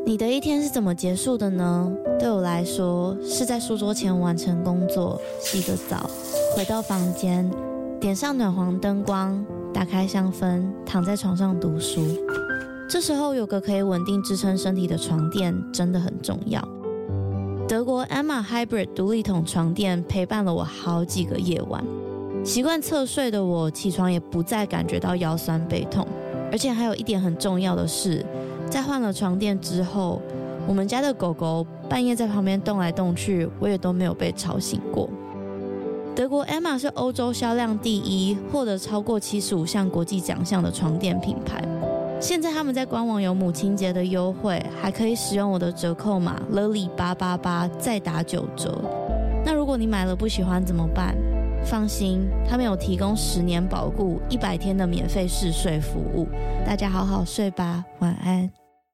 你的一天是怎么结束的呢？对我来说，是在书桌前完成工作，洗个澡，回到房间，点上暖黄灯光，打开香氛，躺在床上读书。这时候有个可以稳定支撑身体的床垫真的很重要。德国 Emma Hybrid 独立筒床垫陪伴了我好几个夜晚，习惯侧睡的我起床也不再感觉到腰酸背痛。而且还有一点很重要的是，在换了床垫之后，我们家的狗狗半夜在旁边动来动去，我也都没有被吵醒过。德国 Emma 是欧洲销量第一，获得超过75项国际奖项的床垫品牌。现在他们在官网有母亲节的优惠，还可以使用我的折扣码 Lily888 再打9折。那如果你买了不喜欢怎么办？放心，他们有提供10年保固、100天的免费试睡服务。大家好好睡吧，晚安。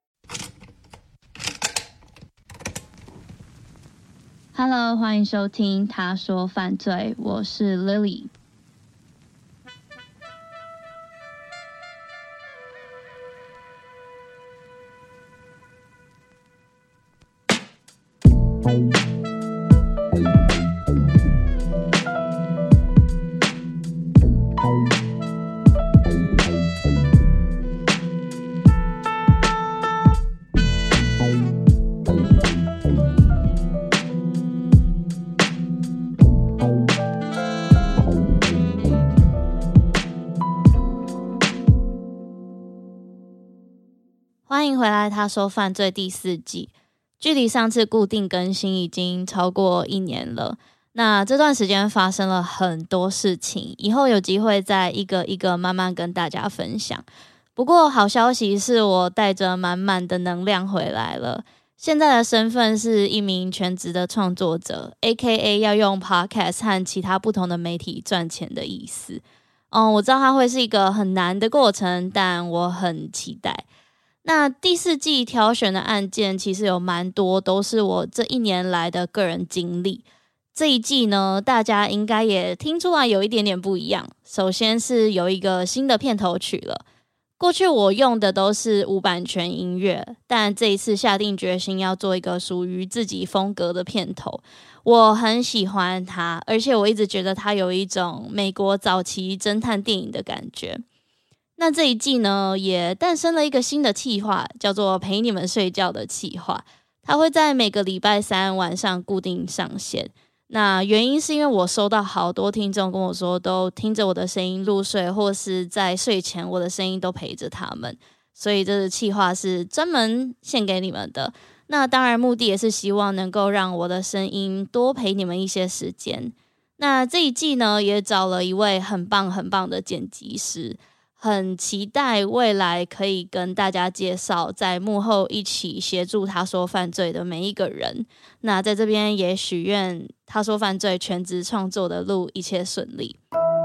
Hello， 欢迎收听他说犯罪，我是 Lily。 欢迎回来，他说犯罪第4季，距离上次固定更新已经超过1年了。那这段时间发生了很多事情，以后有机会再一个一个慢慢跟大家分享。不过好消息是我带着满满的能量回来了。现在的身份是一名全职的创作者 ，AKA 要用 Podcast 和其他不同的媒体赚钱的意思。我知道它会是一个很难的过程，但我很期待。那第4季挑选的案件其实有蛮多都是我这1年来的个人经历。这一季呢，大家应该也听出来有一点点不一样。首先是有一个新的片头曲了。过去我用的都是无版权音乐，但这一次下定决心要做一个属于自己风格的片头。我很喜欢它，而且我一直觉得它有一种美国早期侦探电影的感觉。那这一季呢，也诞生了一个新的企划，叫做陪你们睡觉的企划。它会在每个礼拜3晚上固定上线。那原因是因为我收到好多听众跟我说，都听着我的声音入睡，或是在睡前我的声音都陪着他们。所以这个企划是专门献给你们的。那当然目的也是希望能够让我的声音多陪你们一些时间。那这一季呢，也找了一位很棒很棒的剪辑师。很期待未来可以跟大家介绍在幕后一起协助他说犯罪的每一个人。那在这边也许愿他说犯罪全职创作的路一切顺利。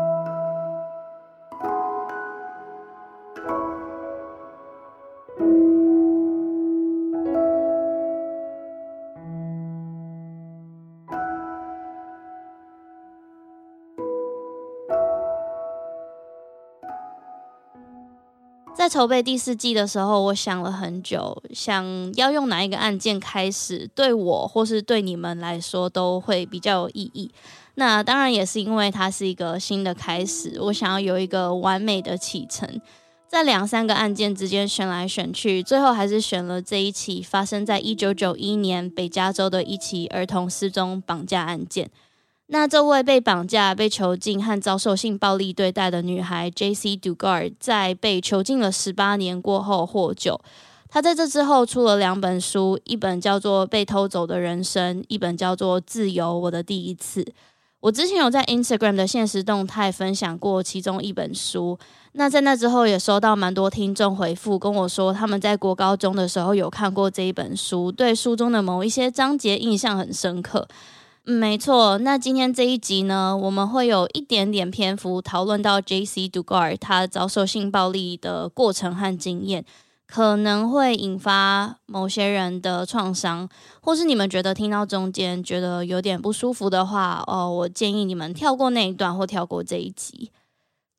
在筹备第4季的时候，我想了很久，想要用哪一个案件开始，对我或是对你们来说都会比较有意义。那当然也是因为它是一个新的开始，我想要有一个完美的启程。在2-3个案件之间选来选去，最后还是选了这一起发生在1991年北加州的一起儿童失踪绑架案件。那这位被绑架、被囚禁和遭受性暴力对待的女孩 J.C. Dugard 在被囚禁了18年过后获救。她在这之后出了2本书，一本叫做《被偷走的人生》，一本叫做《自由：我的第一次》。我之前有在 Instagram 的限时动态分享过其中一本书。那在那之后也收到蛮多听众回复跟我说，他们在国高中的时候有看过这一本书，对书中的某一些章节印象很深刻。没错，那今天这一集呢，我们会有一点点篇幅讨论到 J.C. Dugard 他遭受性暴力的过程和经验，可能会引发某些人的创伤，或是你们觉得听到中间觉得有点不舒服的话，我建议你们跳过那一段或跳过这一集。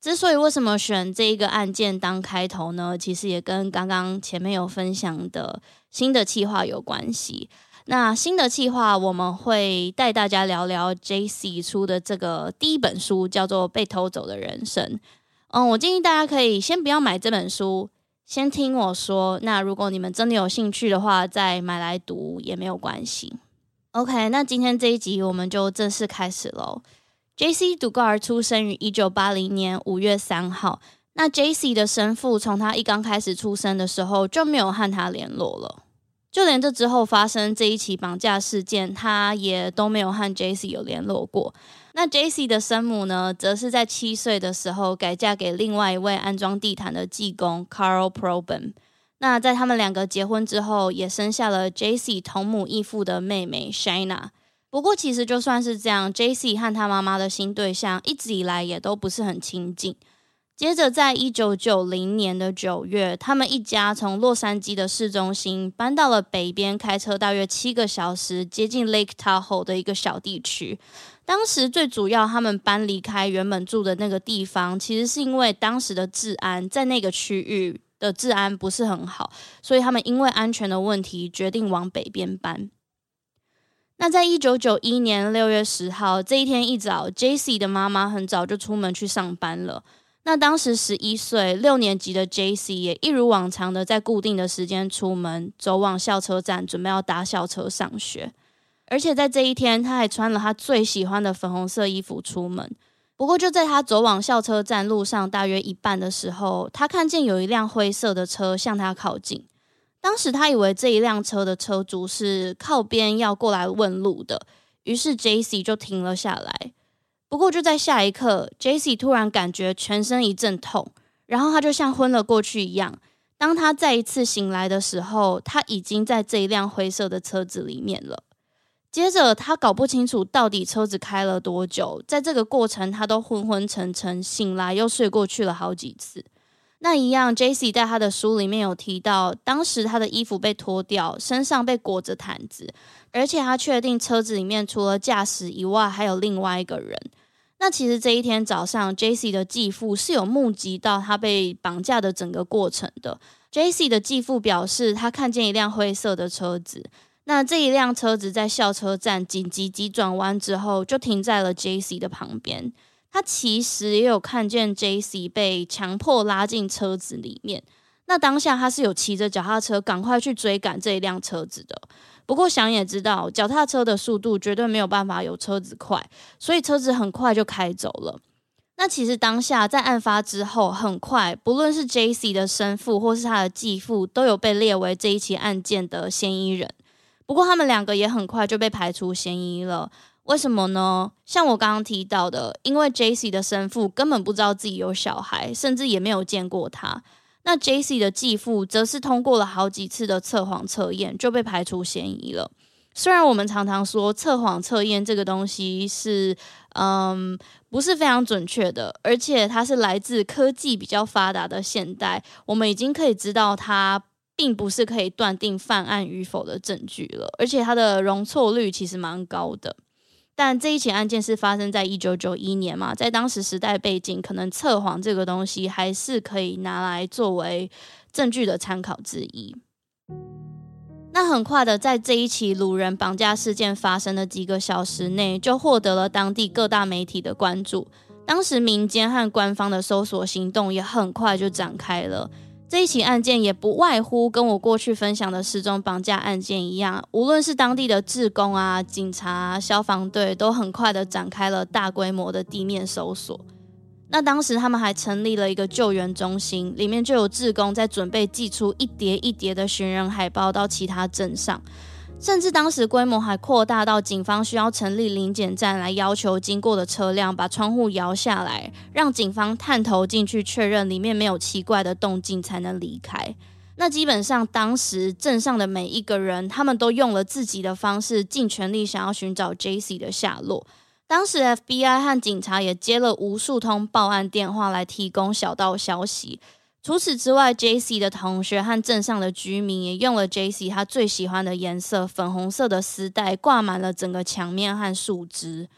之所以为什么选这一个案件当开头呢？其实也跟刚刚前面有分享的新的企划有关系。那新的企划我们会带大家聊聊 JC 出的这个第一本书，叫做《被偷走的人生》。我建议大家可以先不要买这本书，先听我说。那如果你们真的有兴趣的话，再买来读也没有关系。OK， 那今天这一集我们就正式开始咯。JC Dugard 出生于1980年5月3号。那 JC 的生父从他一刚开始出生的时候就没有和他联络了，就连这之后发生这一起绑架事件，他也都没有和 JC 有联络过。那 JC 的生母呢，则是在7岁的时候改嫁给另外一位安装地毯的技工 Carl Proben。那在他们两个结婚之后，也生下了 JC 同母异父的妹妹 Shaina。不过其实就算是这样， JC 和他妈妈的新对象一直以来也都不是很亲近。接着在1990年的9月，他们一家从洛杉矶的市中心搬到了北边，开车大约7个小时，接近 Lake Tahoe 的一个小地区。当时最主要他们搬离开原本住的那个地方，其实是因为当时的治安在那个区域的治安不是很好，所以他们因为安全的问题决定往北边搬。那在1991年6月10号这一天一早， JC 的妈妈很早就出门去上班了。那当时11岁6年级的 JC 也一如往常的在固定的时间出门，走往校车站，准备要搭校车上学。而且在这一天，他还穿了他最喜欢的粉红色衣服出门。不过就在他走往校车站路上大约一半的时候，他看见有一辆灰色的车向他靠近。当时他以为这一辆车的车主是靠边要过来问路的，于是 JC 就停了下来。不过就在下一刻， JC 突然感觉全身一阵痛，然后他就像昏了过去一样。当他再一次醒来的时候，他已经在这一辆灰色的车子里面了。接着他搞不清楚到底车子开了多久，在这个过程他都昏昏沉沉，醒来又睡过去了好几次。那一样 JC 在他的书里面有提到，当时他的衣服被脱掉，身上被裹着毯子，而且他确定车子里面除了驾驶以外还有另外一个人。那其实这一天早上 JC 的继父是有目击到他被绑架的整个过程的。 JC 的继父表示，他看见一辆灰色的车子，那这一辆车子在校车站紧急急转弯之后就停在了 JC 的旁边。他其实也有看见 JC 被强迫拉进车子里面，那当下他是有骑着脚踏车赶快去追赶这一辆车子的。不过想也知道，脚踏车的速度绝对没有办法有车子快，所以车子很快就开走了。那其实当下在案发之后，很快不论是 JC 的生父或是他的继父都有被列为这一起案件的嫌疑人。不过他们两个也很快就被排除嫌疑了。为什么呢？像我刚刚提到的，因为 JC 的生父根本不知道自己有小孩，甚至也没有见过他。那 JC 的继父则是通过了好几次的测谎测验就被排除嫌疑了。虽然我们常常说测谎测验这个东西是不是非常准确的，而且它是来自科技比较发达的现代，我们已经可以知道它并不是可以断定犯案与否的证据了，而且它的容错率其实蛮高的。但这一起案件是发生在1991年嘛，在当时时代背景，可能测谎这个东西还是可以拿来作为证据的参考之一。那很快的，在这一起掳人绑架事件发生的几个小时内，就获得了当地各大媒体的关注。当时民间和官方的搜索行动也很快就展开了。这一起案件也不外乎跟我过去分享的失踪绑架案件一样，无论是当地的志工啊、警察、消防队，都很快的展开了大规模的地面搜索。那当时他们还成立了一个救援中心，里面就有志工在准备寄出一叠一叠的寻人海报到其他镇上，甚至当时规模还扩大到警方需要成立临检站来要求经过的车辆把窗户摇下来，让警方探头进去确认里面没有奇怪的动静才能离开。那基本上当时镇上的每一个人，他们都用了自己的方式，尽全力想要寻找 JC 的下落。当时 FBI 和警察也接了无数通报案电话来提供小道消息。除此之外， JC 的同学和镇上的居民也用了 JC 他最喜欢的颜色粉红色的丝带挂满了整个墙面和树枝。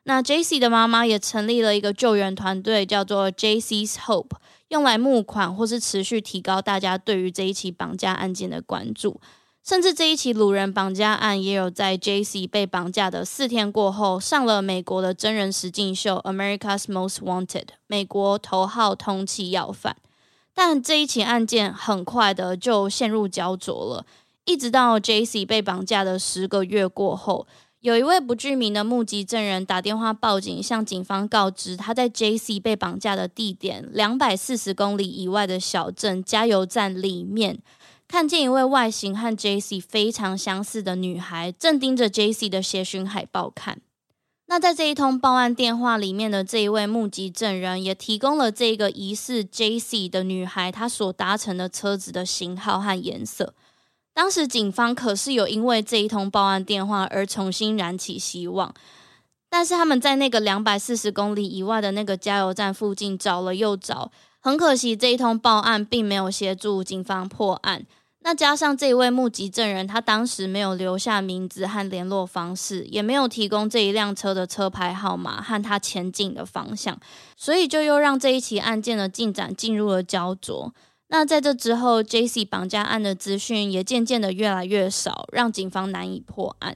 那 JC 的妈妈也成立了一个救援团队，叫做 JC's Hope， 用来募款或是持续提高大家对于这一起绑架案件的关注。甚至这一起掳人绑架案也有在 JC 被绑架的4天过后上了美国的真人实境秀 America's Most Wanted， 美国头号通缉要犯。但这一起案件很快的就陷入焦灼了，一直到 JC 被绑架的10个月过后，有一位不具名的目击证人打电话报警，向警方告知他在 JC 被绑架的地点240公里以外的小镇加油站里面，看见一位外形和 JC 非常相似的女孩正盯着 JC 的协寻海报看。那在这一通报案电话里面的这一位目击证人也提供了这个疑似 JC 的女孩她所搭乘的车子的型号和颜色。当时警方可是有因为这一通报案电话而重新燃起希望，但是他们在那个240公里以外的那个加油站附近找了又找，很可惜这一通报案并没有协助警方破案。那加上这一位目击证人他当时没有留下名字和联络方式，也没有提供这一辆车的车牌号码和他前进的方向，所以就又让这一起案件的进展进入了焦灼。那在这之后 JC 绑架案的资讯也渐渐的越来越少，让警方难以破案。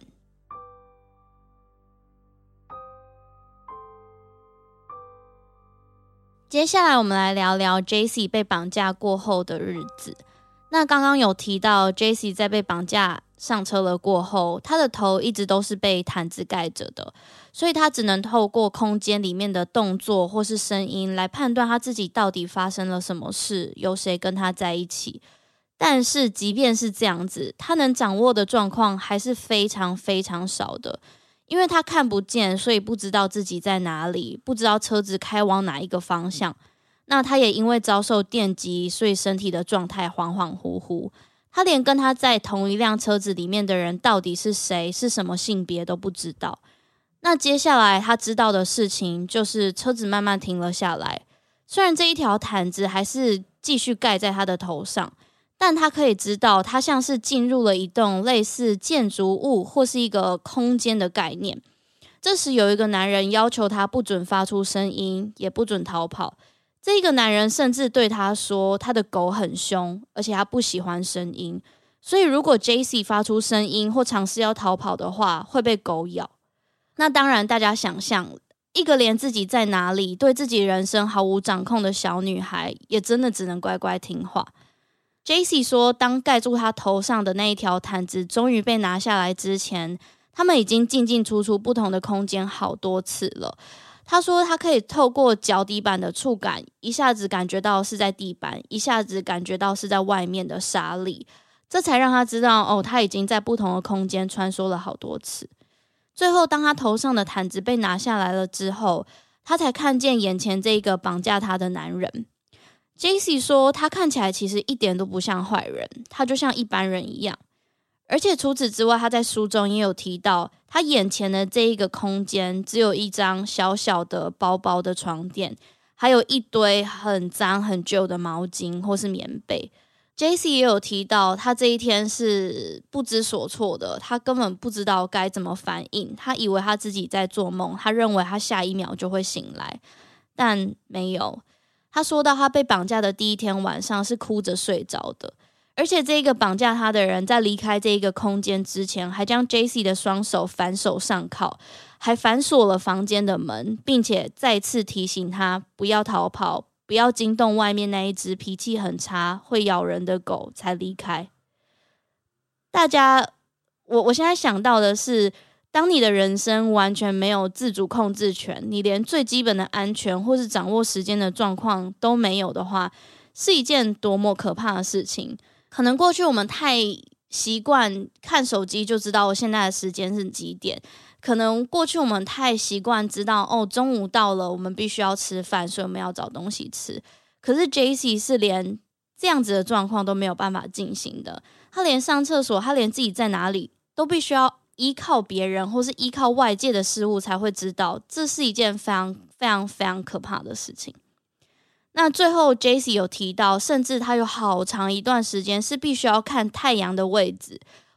接下来我们来聊聊 JC 被绑架过后的日子。那刚刚有提到 JC 在被绑架上车了过后，他的头一直都是被毯子盖着的，所以他只能透过空间里面的动作或是声音来判断他自己到底发生了什么事，有谁跟他在一起。但是即便是这样子，他能掌握的状况还是非常非常少的，因为他看不见，所以不知道自己在哪里，不知道车子开往哪一个方向。那他也因为遭受电击，所以身体的状态恍恍惚惚，他连跟他在同一辆车子里面的人到底是谁，是什么性别都不知道。那接下来他知道的事情就是车子慢慢停了下来，虽然这一条毯子还是继续盖在他的头上，但他可以知道他像是进入了一栋类似建筑物或是一个空间的概念。这时有一个男人要求他不准发出声音，也不准逃跑。这个男人甚至对他说他的狗很凶，而且他不喜欢声音，所以如果 JC 发出声音或尝试要逃跑的话，会被狗咬。那当然大家想象，一个连自己在哪里，对自己人生毫无掌控的小女孩，也真的只能乖乖听话。JC 说，当盖住他头上的那一条毯子终于被拿下来之前，他们已经进进出出不同的空间好多次了。他说他可以透过脚底板的触感，一下子感觉到是在地板，一下子感觉到是在外面的沙砾，这才让他知道他已经在不同的空间穿梭了好多次。最后当他头上的毯子被拿下来了之后，他才看见眼前这个绑架他的男人。JC 说他看起来其实一点都不像坏人，他就像一般人一样。而且除此之外，他在书中也有提到，他眼前的这一个空间只有一张小小的薄薄的床垫，还有一堆很脏很旧的毛巾或是棉被。JC 也有提到，他这一天是不知所措的，他根本不知道该怎么反应，他以为他自己在做梦，他认为他下一秒就会醒来，但没有。他说到他被绑架的第一天晚上是哭着睡着的，而且这个绑架他的人在离开这个空间之前，还将 JC 的双手反手上铐，还反锁了房间的门，并且再次提醒他不要逃跑，不要惊动外面那一只脾气很差会咬人的狗，才离开。大家，我现在想到的是，当你的人生完全没有自主控制权，你连最基本的安全或是掌握时间的状况都没有的话，是一件多么可怕的事情。可能过去我们太习惯看手机就知道我现在的时间是几点，可能过去我们太习惯知道中午到了我们必须要吃饭，所以我们要找东西吃。可是 JC 是连这样子的状况都没有办法进行的，他连上厕所，他连自己在哪里都必须要依靠别人或是依靠外界的事物才会知道，这是一件非常非常非常可怕的事情。那最后 JC 有提到，甚至他有好长一段时间是必须要看太阳的位置，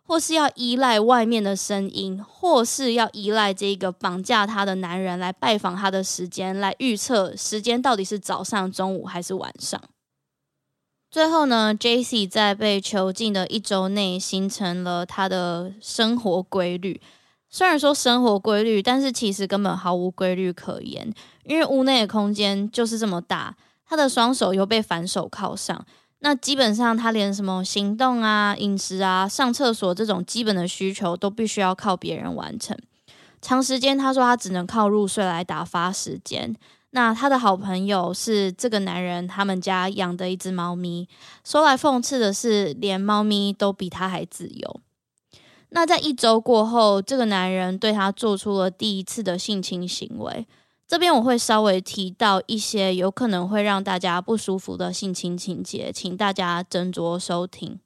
或是要依赖外面的声音，或是要依赖这个绑架他的男人来拜访他的时间，来预测时间到底是早上、中午还是晚上。最后呢 ，Jaycee 在被囚禁的1周内形成了他的生活规律。虽然说生活规律，但是其实根本毫无规律可言，因为屋内的空间就是这么大，他的双手又被反手铐上，那基本上他连什么行动啊、饮食啊、上厕所这种基本的需求都必须要靠别人完成。长时间他说他只能靠入睡来打发时间。那他的好朋友是这个男人他们家养的一只猫咪，说来讽刺的是，连猫咪都比他还自由。那在1周过后，这个男人对他做出了第一次的性侵行为。这边我会稍微提到一些有可能会让大家不舒服的性侵情节，请大家斟酌收听。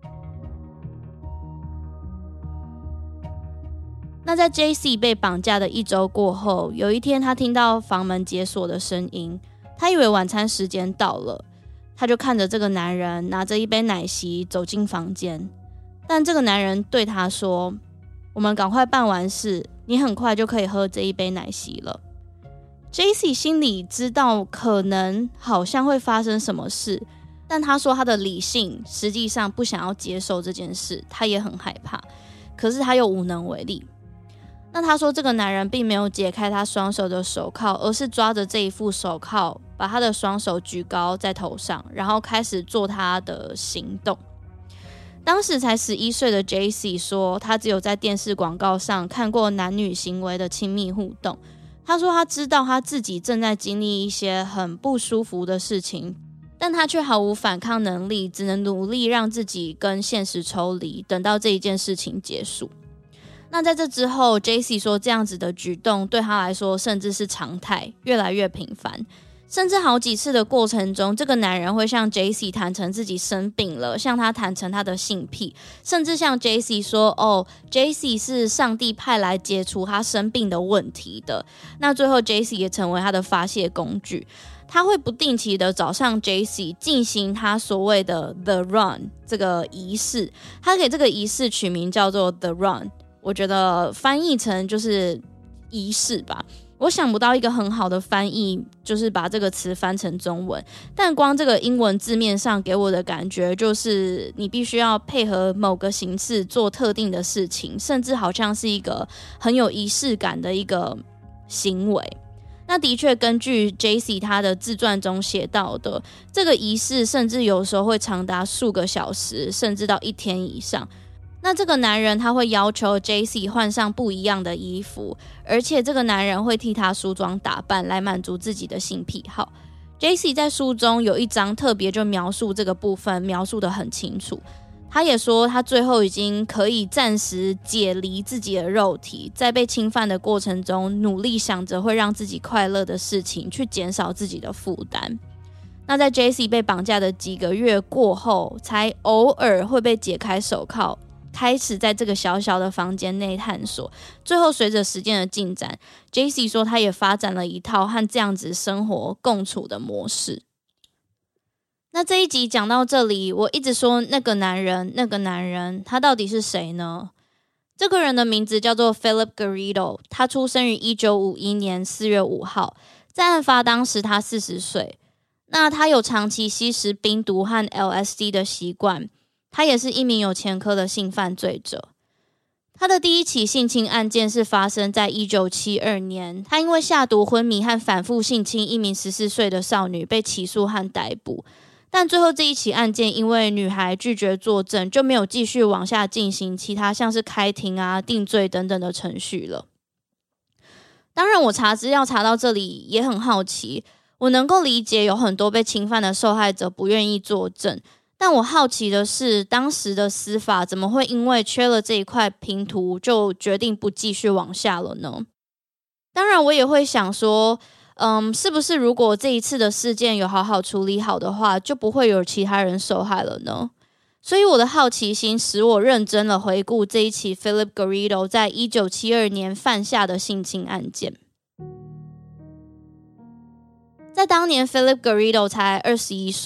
那在 Jaycee 被绑架的1周过后，有一天他听到房门解锁的声音，他以为晚餐时间到了，他就看着这个男人拿着一杯奶昔走进房间，但这个男人对他说，我们赶快办完事，你很快就可以喝这一杯奶昔了。Jaycee 心里知道可能好像会发生什么事，但他说他的理性实际上不想要接受这件事，他也很害怕，可是他又无能为力。那他说这个男人并没有解开他双手的手铐，而是抓着这一副手铐，把他的双手举高在头上，然后开始做他的行动。当时才11岁的 Jaycee 说，他只有在电视广告上看过男女行为的亲密互动。他说他知道他自己正在经历一些很不舒服的事情，但他却毫无反抗能力，只能努力让自己跟现实抽离，等到这一件事情结束。那在这之后 Jaycee 说这样子的举动对他来说甚至是常态，越来越频繁，甚至好几次的过程中，这个男人会向 Jaycee 坦诚自己生病了，向他坦诚他的性癖，甚至向 Jaycee 说Jaycee 是上帝派来解除他生病的问题的。那最后 Jaycee 也成为他的发泄工具，他会不定期的找上 Jaycee 进行他所谓的 The Run 这个仪式，他给这个仪式取名叫做 The Run， 我觉得翻译成就是仪式吧，我想不到一个很好的翻译，就是把这个词翻成中文，但光这个英文字面上给我的感觉就是你必须要配合某个形式做特定的事情，甚至好像是一个很有仪式感的一个行为。那的确根据 Jaycee 他的自传中写到的，这个仪式甚至有时候会长达数个小时，甚至到1天以上。那这个男人他会要求 Jaycee 换上不一样的衣服，而且这个男人会替他梳妆打扮来满足自己的性癖好。Jaycee 在书中有一章特别就描述这个部分，描述得很清楚。他也说他最后已经可以暂时解离自己的肉体，在被侵犯的过程中努力想着会让自己快乐的事情，去减少自己的负担。那在 Jaycee 被绑架的几个月过后，才偶尔会被解开手铐，开始在这个小小的房间内探索。最后随着时间的进展， Jaycee 说他也发展了一套和这样子生活共处的模式。那这一集讲到这里，我一直说那个男人他到底是谁呢？这个人的名字叫做 Philip Garrido， 他出生于1951年4月5号，在案发当时他40岁。那他有长期吸食冰毒和 LSD 的习惯，他也是一名有前科的性犯罪者。他的第一起性侵案件是发生在1972年，他因为下毒昏迷和反复性侵一名14岁的少女被起诉和逮捕。但最后这一起案件因为女孩拒绝作证，就没有继续往下进行其他像是开庭啊、定罪等等的程序了。当然我查资料查到这里也很好奇，我能够理解有很多被侵犯的受害者不愿意作证，但我好奇的是当时的司法怎么会因为缺了这一块拼图就决定不继续往下了呢？当然我也会想说是不是如果这一次的事件有好好处理好的话，就不会有其他人受害了呢？所以我的好奇心使我认真的回顾这一起 Philip Garrido 在1972年犯下的性侵案件。在当年 Philip Garrido 才21岁，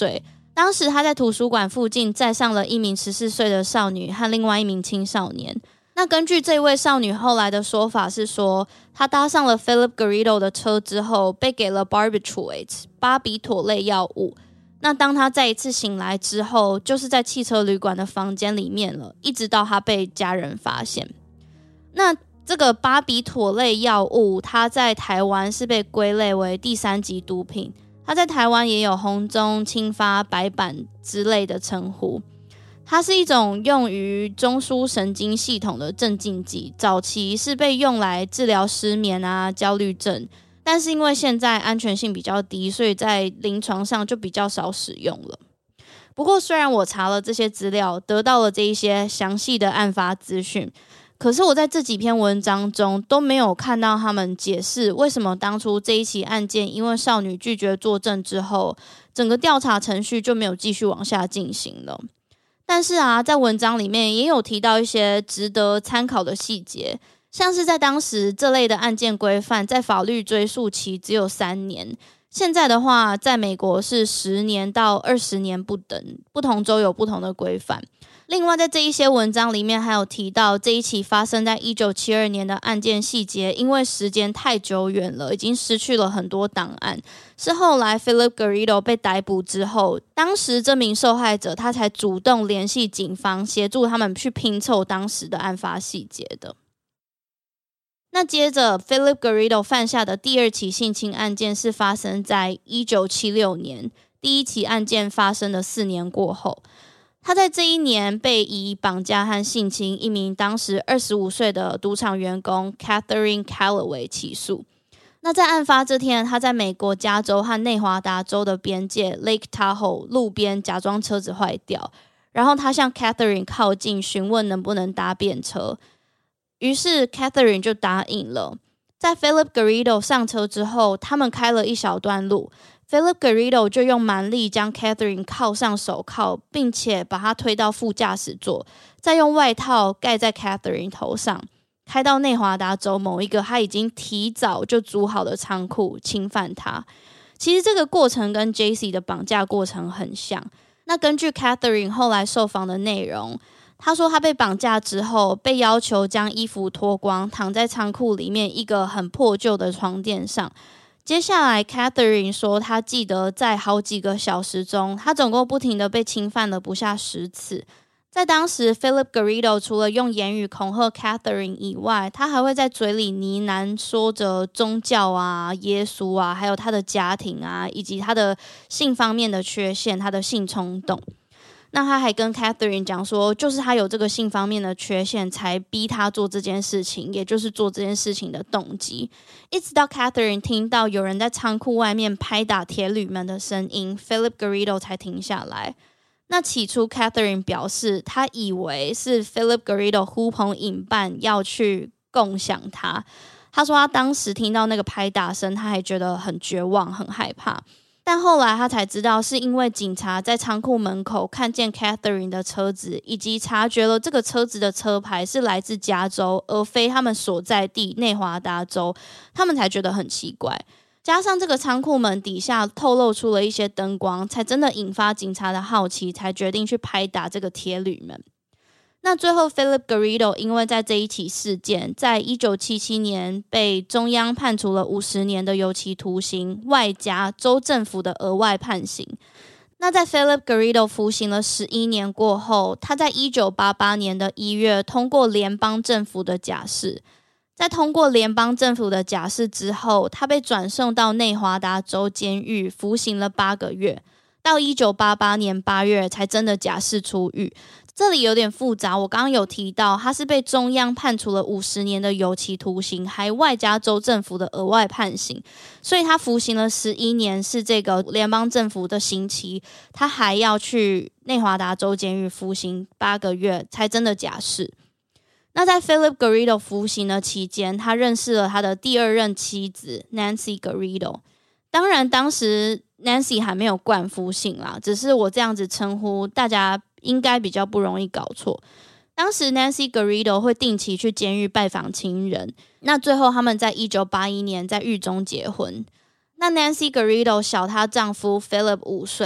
当时他在图书馆附近载上了一名14岁的少女和另外一名青少年。那根据这位少女后来的说法是说，她搭上了 Philip Garrido 的车之后，被给了 barbiturates 巴比妥类药物。那当她再一次醒来之后，就是在汽车旅馆的房间里面了，一直到她被家人发现。那这个巴比妥类药物，它在台湾是被归类为第3级毒品，它在台湾也有红中、青发、白板之类的称呼。它是一种用于中枢神经系统的镇静剂，早期是被用来治疗失眠啊、焦虑症，但是因为现在安全性比较低，所以在临床上就比较少使用了。不过虽然我查了这些资料，得到了这一些详细的案发资讯，可是我在这几篇文章中都没有看到他们解释为什么当初这一起案件因为少女拒绝作证之后，整个调查程序就没有继续往下进行了。但是在文章里面也有提到一些值得参考的细节，像是在当时这类的案件规范在法律追诉期只有3年，现在的话在美国是10年到20年不等，不同州有不同的规范。另外在这一些文章里面还有提到这一起发生在1972年的案件细节，因为时间太久远了，已经失去了很多档案，是后来 Philip Garrido 被逮捕之后，当时这名受害者他才主动联系警方，协助他们去拼凑当时的案发细节的。那接着 Philip Garrido 犯下的第2起性侵案件是发生在1976年，第一起案件发生的4年过后，他在这一年被以绑架和性侵一名当时25岁的赌场员工 Catherine Calloway 起诉。那在案发这天，他在美国加州和内华达州的边界 Lake Tahoe 路边假装车子坏掉，然后他向 Catherine 靠近，询问能不能搭便车。于是 Catherine 就答应了。在 Philip Garrido 上车之后，他们开了一小段路， Philip Garrido 就用蛮力将 Catherine 铐上手铐，并且把她推到副驾驶座，再用外套盖在 Catherine 头上，开到内华达州某一个他已经提早就租好的仓库，侵犯她。其实这个过程跟 JC 的绑架过程很像。那根据 Catherine 后来受访的内容，他说他被绑架之后，被要求将衣服脱光，躺在仓库里面一个很破旧的床垫上。接下来 Catherine 说他记得在好几个小时中，他总共不停的被侵犯了不下10次。在当时 Philip Garrido 除了用言语恐吓 Catherine 以外，他还会在嘴里呢喃说着宗教啊、耶稣啊，还有他的家庭啊，以及他的性方面的缺陷，他的性冲动。那他还跟 Catherine 讲说，就是他有这个性方面的缺陷才逼他做这件事情，也就是做这件事情的动机。一直到 Catherine 听到有人在仓库外面拍打铁铝门的声音， Philip Garrido 才停下来。那起初 Catherine 表示他以为是 Philip Garrido 呼朋引伴要去共享他。他说他当时听到那个拍打声，他还觉得很绝望很害怕，但后来他才知道是因为警察在仓库门口看见 Catherine 的车子，以及察觉了这个车子的车牌是来自加州而非他们所在地内华达州，他们才觉得很奇怪。加上这个仓库门底下透露出了一些灯光，才真的引发警察的好奇，才决定去拍打这个铁铝门。那最后 Philip Garrido 因为在这一起事件，在1977年被中央判处了50年的有期徒刑，外加州政府的额外判刑。那在 Philip Garrido 服刑了11年过后，他在1988年的1月通过联邦政府的假释。在通过联邦政府的假释之后，他被转送到内华达州监狱服刑了8个月，到1988年8月才真的假释出狱。这里有点复杂，我刚刚有提到他是被中央判处了50年的有期徒刑，还外加州政府的额外判刑，所以他服刑了11年是这个联邦政府的刑期，他还要去内华达州监狱服刑8个月才真的假释。那在 Philip Garrido 服刑的期间，他认识了他的第2任妻子 Nancy Garrido。当然当时 Nancy 还没有冠夫姓啦，只是我这样子称呼，大家应该比较不容易搞错。当时 Nancy Garrido 会定期去监狱拜访亲人，那最后他们在1981年在狱中结婚。那 Nancy Garrido 小她丈夫 Philip 5岁，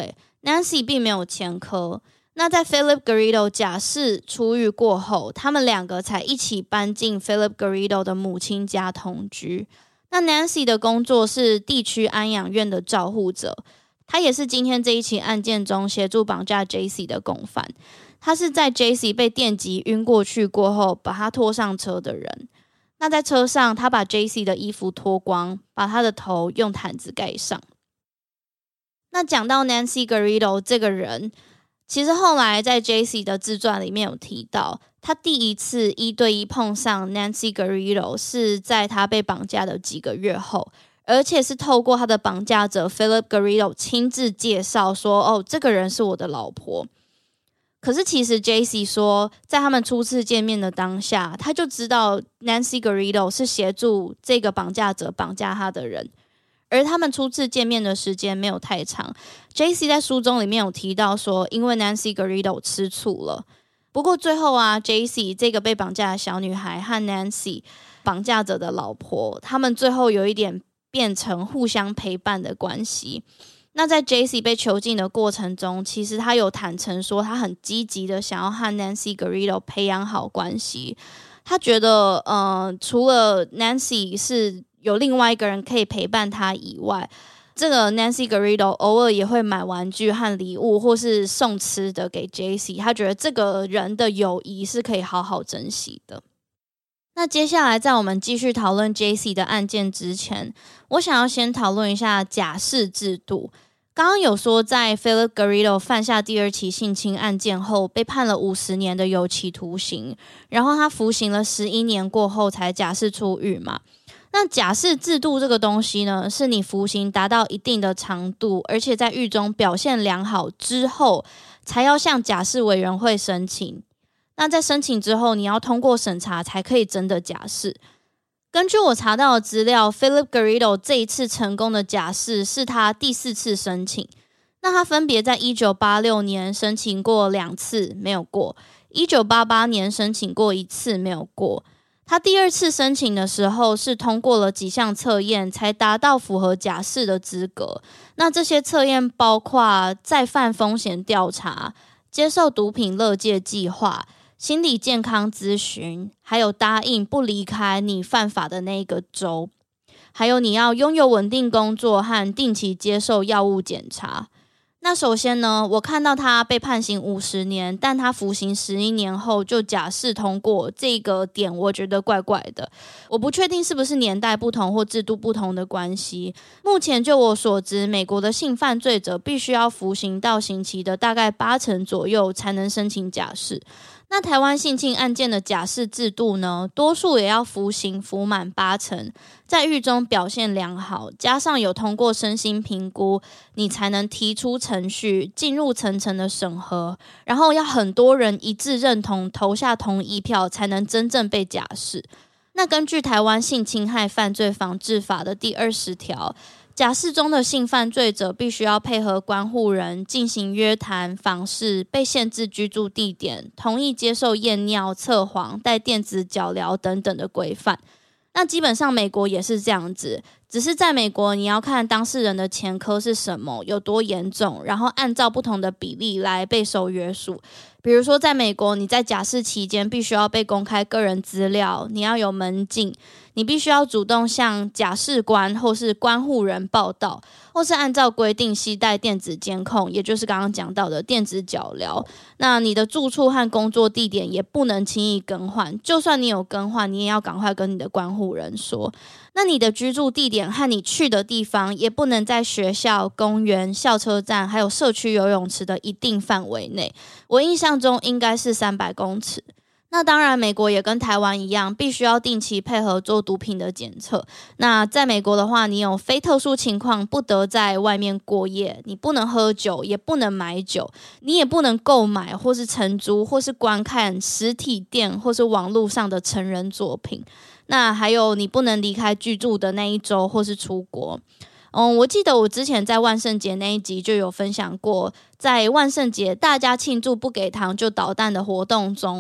Nancy 并没有前科。那在 Philip Garrido 假释出狱过后，他们两个才一起搬进 Philip Garrido 的母亲家同居。那 Nancy 的工作是地区安养院的照护者，她也是今天这一起案件中协助绑架 JC 的共犯。她是在 JC 被电击晕过去过后，把他拖上车的人。那在车上，他把 JC 的衣服脱光，把他的头用毯子盖上。那讲到 Nancy Garrido 这个人，其实后来在 JC 的自传里面有提到，他第一次1对1碰上 Nancy Garrido 是在他被绑架的几个月后，而且是透过他的绑架者 Philip Garrido 亲自介绍说，这个人是我的老婆。可是其实 JC 说，在他们初次见面的当下，他就知道 Nancy Garrido 是协助这个绑架者绑架他的人。而他们初次见面的时间没有太长， JC 在书中里面有提到说，因为 Nancy Garrido 吃醋了。不过最后JC 这个被绑架的小女孩和 Nancy 绑架者的老婆，他们最后有一点变成互相陪伴的关系。那在 JC 被囚禁的过程中，其实他有坦诚说，他很积极的想要和 Nancy Garrido 培养好关系。他觉得除了 Nancy 是有另外一个人可以陪伴他以外，这个 Nancy Garrido 偶尔也会买玩具和礼物，或是送吃的给 JC。他觉得这个人的友谊是可以好好珍惜的。那接下来在我们继续讨论 JC 的案件之前，我想要先讨论一下假释制度。刚刚有说，在 Philip Garrido 犯下第2起性侵案件后，被判了50年的有期徒刑，然后他服刑了11年过后才假释出狱嘛。那假释制度这个东西呢，是你服刑达到一定的长度，而且在狱中表现良好之后，才要向假释委员会申请。那在申请之后，你要通过审查才可以真的假释。根据我查到的资料， Philip Garrido 这一次成功的假释是他第4次申请。那他分别在1986年申请过2次没有过，1988年申请过1次没有过。他第2次申请的时候是通过了几项测验才达到符合假释的资格。那这些测验包括再犯风险调查、接受毒品勒戒计划、心理健康咨询，还有答应不离开你犯法的那个州，还有你要拥有稳定工作和定期接受药物检查。那首先呢，我看到他被判刑50年，但他服刑11年后就假释通过，这个点我觉得怪怪的。我不确定是不是年代不同或制度不同的关系。目前就我所知，美国的性犯罪者必须要服刑到刑期的大概80%左右才能申请假释。那台湾性侵案件的假释制度呢，多数也要服刑服满80%，在狱中表现良好，加上有通过身心评估，你才能提出程序，进入层层的审核，然后要很多人一致认同，投下同意票，才能真正被假释。那根据台湾性侵害犯罪防治法的第20条，假释中的性犯罪者必须要配合关护人进行约谈、访视、被限制居住地点、同意接受验尿、测谎、戴电子脚镣等等的规范。那基本上美国也是这样子，只是在美国你要看当事人的前科是什么，有多严重，然后按照不同的比例来被受约束。比如说在美国，你在假释期间必须要被公开个人资料，你要有门禁，你必须要主动向假释官或是关护人报到，或是按照规定携带电子监控，也就是刚刚讲到的电子脚镣。那你的住处和工作地点也不能轻易更换，就算你有更换，你也要赶快跟你的关护人说。那你的居住地点和你去的地方也不能在学校、公园、校车站还有社区游泳池的一定范围内，我印象中应该是300公尺。那当然美国也跟台湾一样，必须要定期配合做毒品的检测。那在美国的话，你有非特殊情况不得在外面过夜，你不能喝酒，也不能买酒，你也不能购买或是承租或是观看实体店或是网络上的成人作品。那还有你不能离开居住的那一周或是出国。我记得我之前在万圣节那一集就有分享过，在万圣节大家庆祝不给糖就捣蛋的活动中，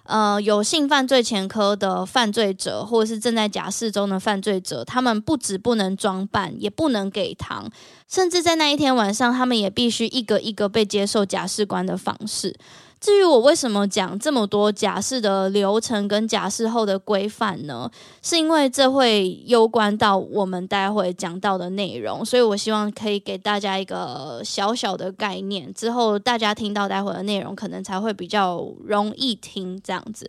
有性犯罪前科的犯罪者或者是正在假释中的犯罪者，他们不只不能装扮，也不能给糖，甚至在那一天晚上他们也必须一个一个被接受假释官的访视。至于我为什么讲这么多假释的流程跟假释后的规范呢？是因为这会攸关到我们待会讲到的内容，所以我希望可以给大家一个小小的概念，之后大家听到待会的内容可能才会比较容易听这样子。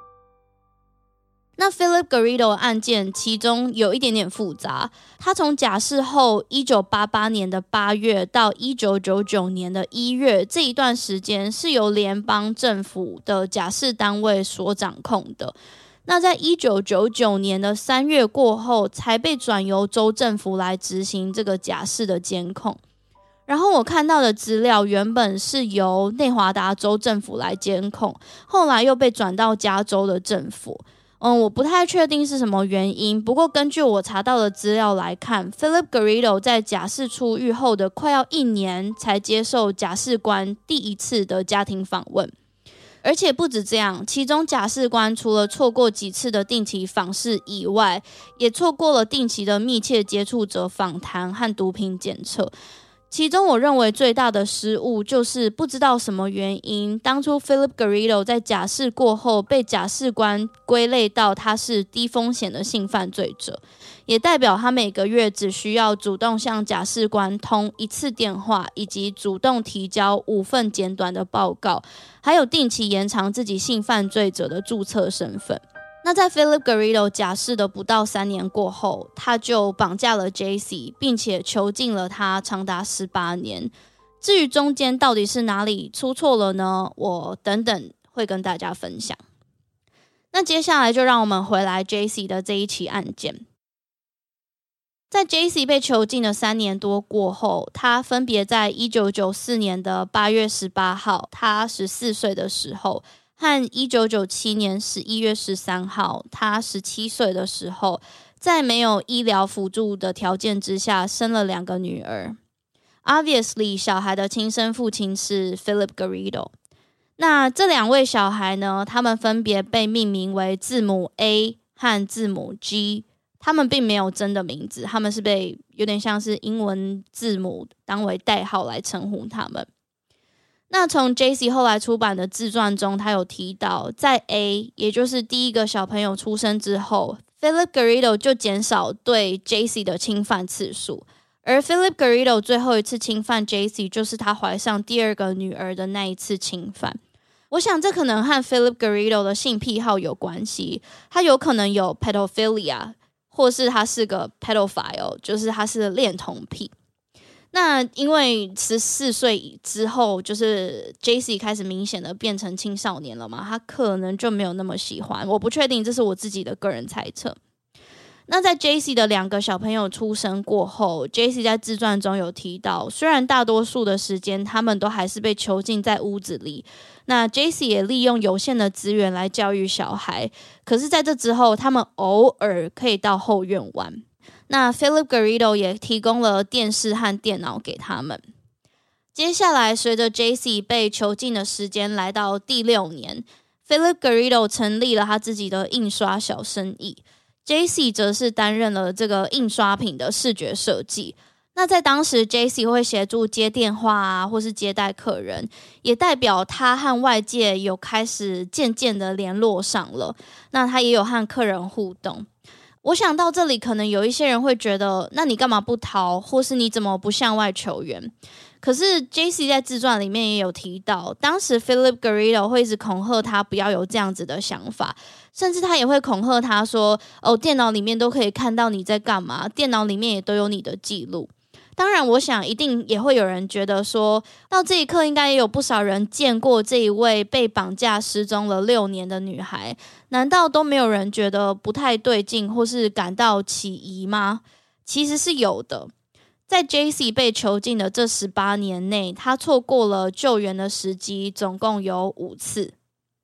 那 Philip Garrido 案件其中有一点点复杂，他从假释后1988年的8月到1999年的1月这一段时间是由联邦政府的假释单位所掌控的，那在1999年的3月过后才被转由州政府来执行这个假释的监控。然后我看到的资料原本是由内华达州政府来监控，后来又被转到加州的政府。我不太确定是什么原因，不过根据我查到的资料来看， Philip Garrido 在假释出狱后的快要1年才接受假释官第一次的家庭访问。而且不止这样，其中假释官除了错过几次的定期访视以外，也错过了定期的密切接触者访谈和毒品检测。其中我认为最大的失误就是不知道什么原因，当初 Philip Garrido 在假释过后被假释官归类到他是低风险的性犯罪者，也代表他每个月只需要主动向假释官通1次电话，以及主动提交5份简短的报告，还有定期延长自己性犯罪者的注册身份。那在 Philip Garrido 假释的不到3年过后，他就绑架了 Jaycee， 并且囚禁了他长达18年。至于中间到底是哪里出错了呢？我等等会跟大家分享。那接下来就让我们回来 Jaycee 的这一起案件。在 Jaycee 被囚禁的3年多过后，他分别在1994年的8月18号，他14岁的时候，和1997年11月13号，他17岁的时候，在没有医疗辅助的条件之下，生了2个女儿。Obviously， 小孩的亲生父亲是 Philip Garrido。那这2位小孩呢，他们分别被命名为字母 A 和字母 G， 他们并没有真的名字，他们是被有点像是英文字母当为代号来称呼他们。那从 Jaycee 后来出版的自传中，他有提到，在 A， 也就是第一个小朋友出生之后， Philip Garrido 就减少对 Jaycee 的侵犯次数，而 Philip Garrido 最后一次侵犯 Jaycee 就是他怀上第2个女儿的那一次侵犯。我想这可能和 Philip Garrido 的性癖好有关系，他有可能有 pedophilia， 或是他是个 pedophile， 就是他是恋童癖。那因为14岁之后，就是 Jaycee 开始明显的变成青少年了嘛，他可能就没有那么喜欢，我不确定，这是我自己的个人猜测。那在 Jaycee 的2个小朋友出生过后， Jaycee 在自传中有提到，虽然大多数的时间他们都还是被囚禁在屋子里，那 Jaycee 也利用有限的资源来教育小孩，可是在这之后他们偶尔可以到后院玩。那 Philip Garrido 也提供了电视和电脑给他们。接下来随着 Jaycee 被囚禁的时间来到第6年， Philip Garrido 成立了他自己的印刷小生意， Jaycee 则是担任了这个印刷品的视觉设计。那在当时 Jaycee 会协助接电话啊，或是接待客人，也代表他和外界有开始渐渐的联络上了，那他也有和客人互动。我想到这里，可能有一些人会觉得，那你干嘛不逃，或是你怎么不向外求援？可是 Jaycee 在自传里面也有提到，当时 Philip Garrido 会一直恐吓他不要有这样子的想法，甚至他也会恐吓他说，电脑里面都可以看到你在干嘛，电脑里面也都有你的记录。当然我想一定也会有人觉得说，到这一刻应该也有不少人见过这一位被绑架失踪了6年的女孩，难道都没有人觉得不太对劲或是感到起疑吗？其实是有的。在 Jaycee 被囚禁的这18年内，他错过了救援的时机总共有5次。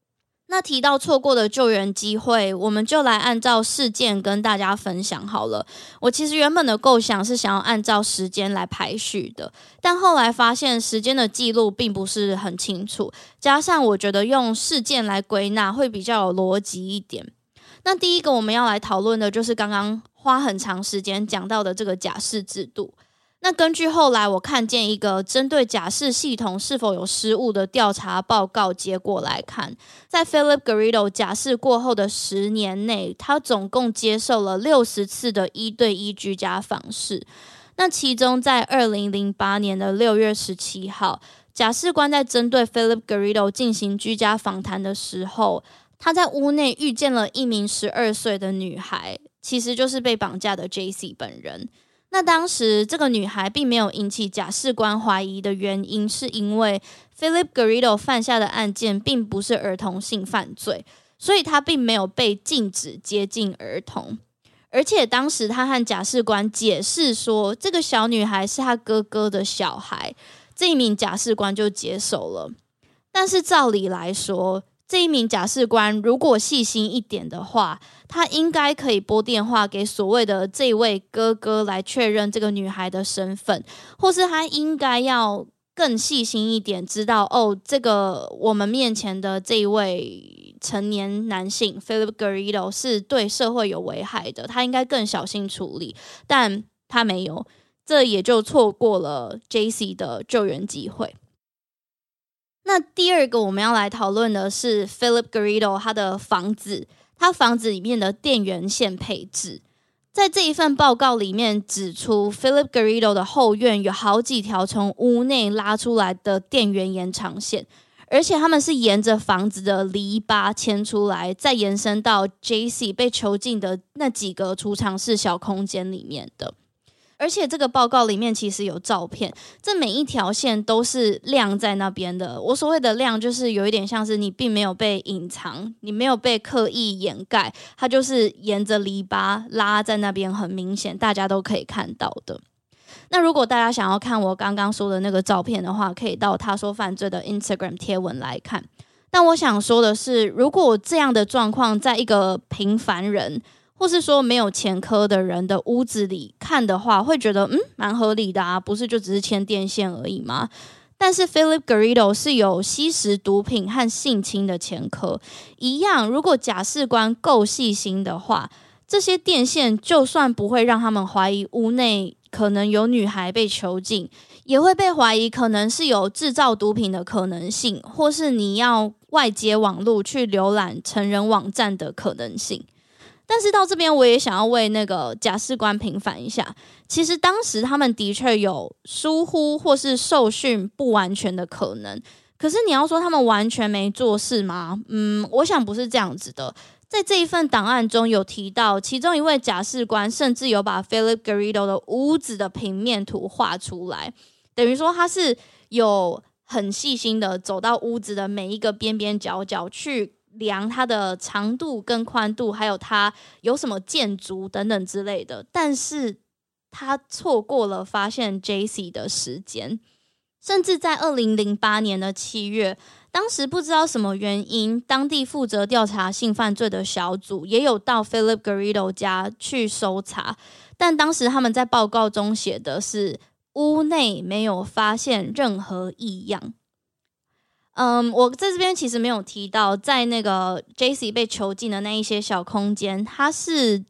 那提到错过的救援机会，我们就来按照事件跟大家分享好了。我其实原本的构想是想要按照时间来排序的，但后来发现时间的记录并不是很清楚，加上我觉得用事件来归纳会比较有逻辑一点。那第一个我们要来讨论的就是刚刚花很长时间讲到的这个假释制度。那根据后来我看见一个针对假释系统是否有失误的调查报告结果来看，在 Philip Garrido 假释过后的10年内，他总共接受了60次的1对1居家访视。那其中在2008年的6月17号，假释官在针对 Philip Garrido 进行居家访谈的时候，他在屋内遇见了一名12岁的女孩，其实就是被绑架的 Jessie 本人。那当时这个女孩并没有引起假释官怀疑的原因，是因为 Philip Garrido 犯下的案件并不是儿童性犯罪，所以他并没有被禁止接近儿童。而且当时他和假释官解释说，这个小女孩是他哥哥的小孩，这一名假释官就接受了。但是照理来说，这一名假释官如果细心一点的话，他应该可以拨电话给所谓的这位哥哥来确认这个女孩的身份，或是他应该要更细心一点，知道这个我们面前的这一位成年男性 Philip Garrido 是对社会有危害的，他应该更小心处理，但他没有，这也就错过了 Jessie 的救援机会。那第二个我们要来讨论的是 Philip Garrido 他的房子，他房子里面的电源线配置。在这一份报告里面指出， Philip Garrido 的后院有好几条从屋内拉出来的电源延长线，而且他们是沿着房子的篱笆牵出来，再延伸到 Jessie 被囚禁的那几个储藏室小空间里面的。而且这个报告里面其实有照片，这每一条线都是亮在那边的。我所谓的亮，就是有一点像是你并没有被隐藏，你没有被刻意掩盖，它就是沿着篱笆拉在那边，很明显大家都可以看到的。那如果大家想要看我刚刚说的那个照片的话，可以到他说犯罪的 Instagram 贴文来看。但我想说的是，如果这样的状况在一个平凡人或是说没有前科的人的屋子里看的话，会觉得蛮合理的啊，不是就只是牵电线而已吗？但是 Philip Garrido 是有吸食毒品和性侵的前科，一样，如果假释官够细心的话，这些电线就算不会让他们怀疑屋内可能有女孩被囚禁，也会被怀疑可能是有制造毒品的可能性，或是你要外接网路去浏览成人网站的可能性。但是到这边我也想要为那个假释官平反一下，其实当时他们的确有疏忽或是受训不完全的可能，可是你要说他们完全没做事吗？我想不是这样子的。在这一份档案中有提到，其中一位假释官甚至有把 Philip Garrido 的屋子的平面图画出来，等于说他是有很细心的走到屋子的每一个边边角角去量它的长度跟宽度，还有它有什么建筑等等之类的，但是他错过了发现 Jessie 的时间。甚至在2008年的7月，当时不知道什么原因，当地负责调查性犯罪的小组也有到 Philip Garrido 家去搜查，但当时他们在报告中写的是屋内没有发现任何异样。我在这边其实没有提到，在那个 Jessie 被囚禁的那一些小空间，它是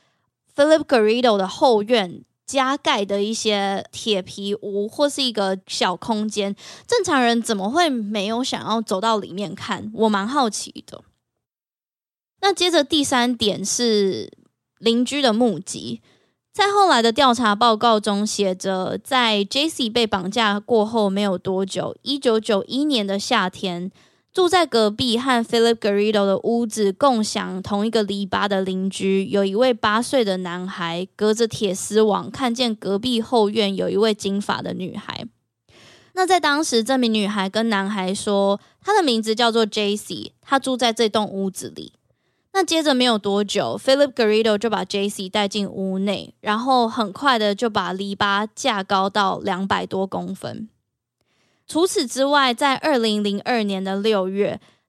Philip Garrido 的后院加盖的一些铁皮屋或是一个小空间，正常人怎么会没有想要走到里面看？我蛮好奇的。那接着第三点是邻居的目击。在后来的调查报告中写着，在 Jessie 被绑架过后没有多久，1991年的夏天，住在隔壁和 Philip Garrido 的屋子共享同一个篱笆的邻居，有一位8岁的男孩隔着铁丝网看见隔壁后院有一位金发的女孩。那在当时，这名女孩跟男孩说，她的名字叫做 Jessie， 她住在这栋屋子里。那接着没有多久， Philip Garrido 就把 Jessie 带进屋内，然后很快的就把篱笆架高到200多公分。除此之外，在2002年的6月，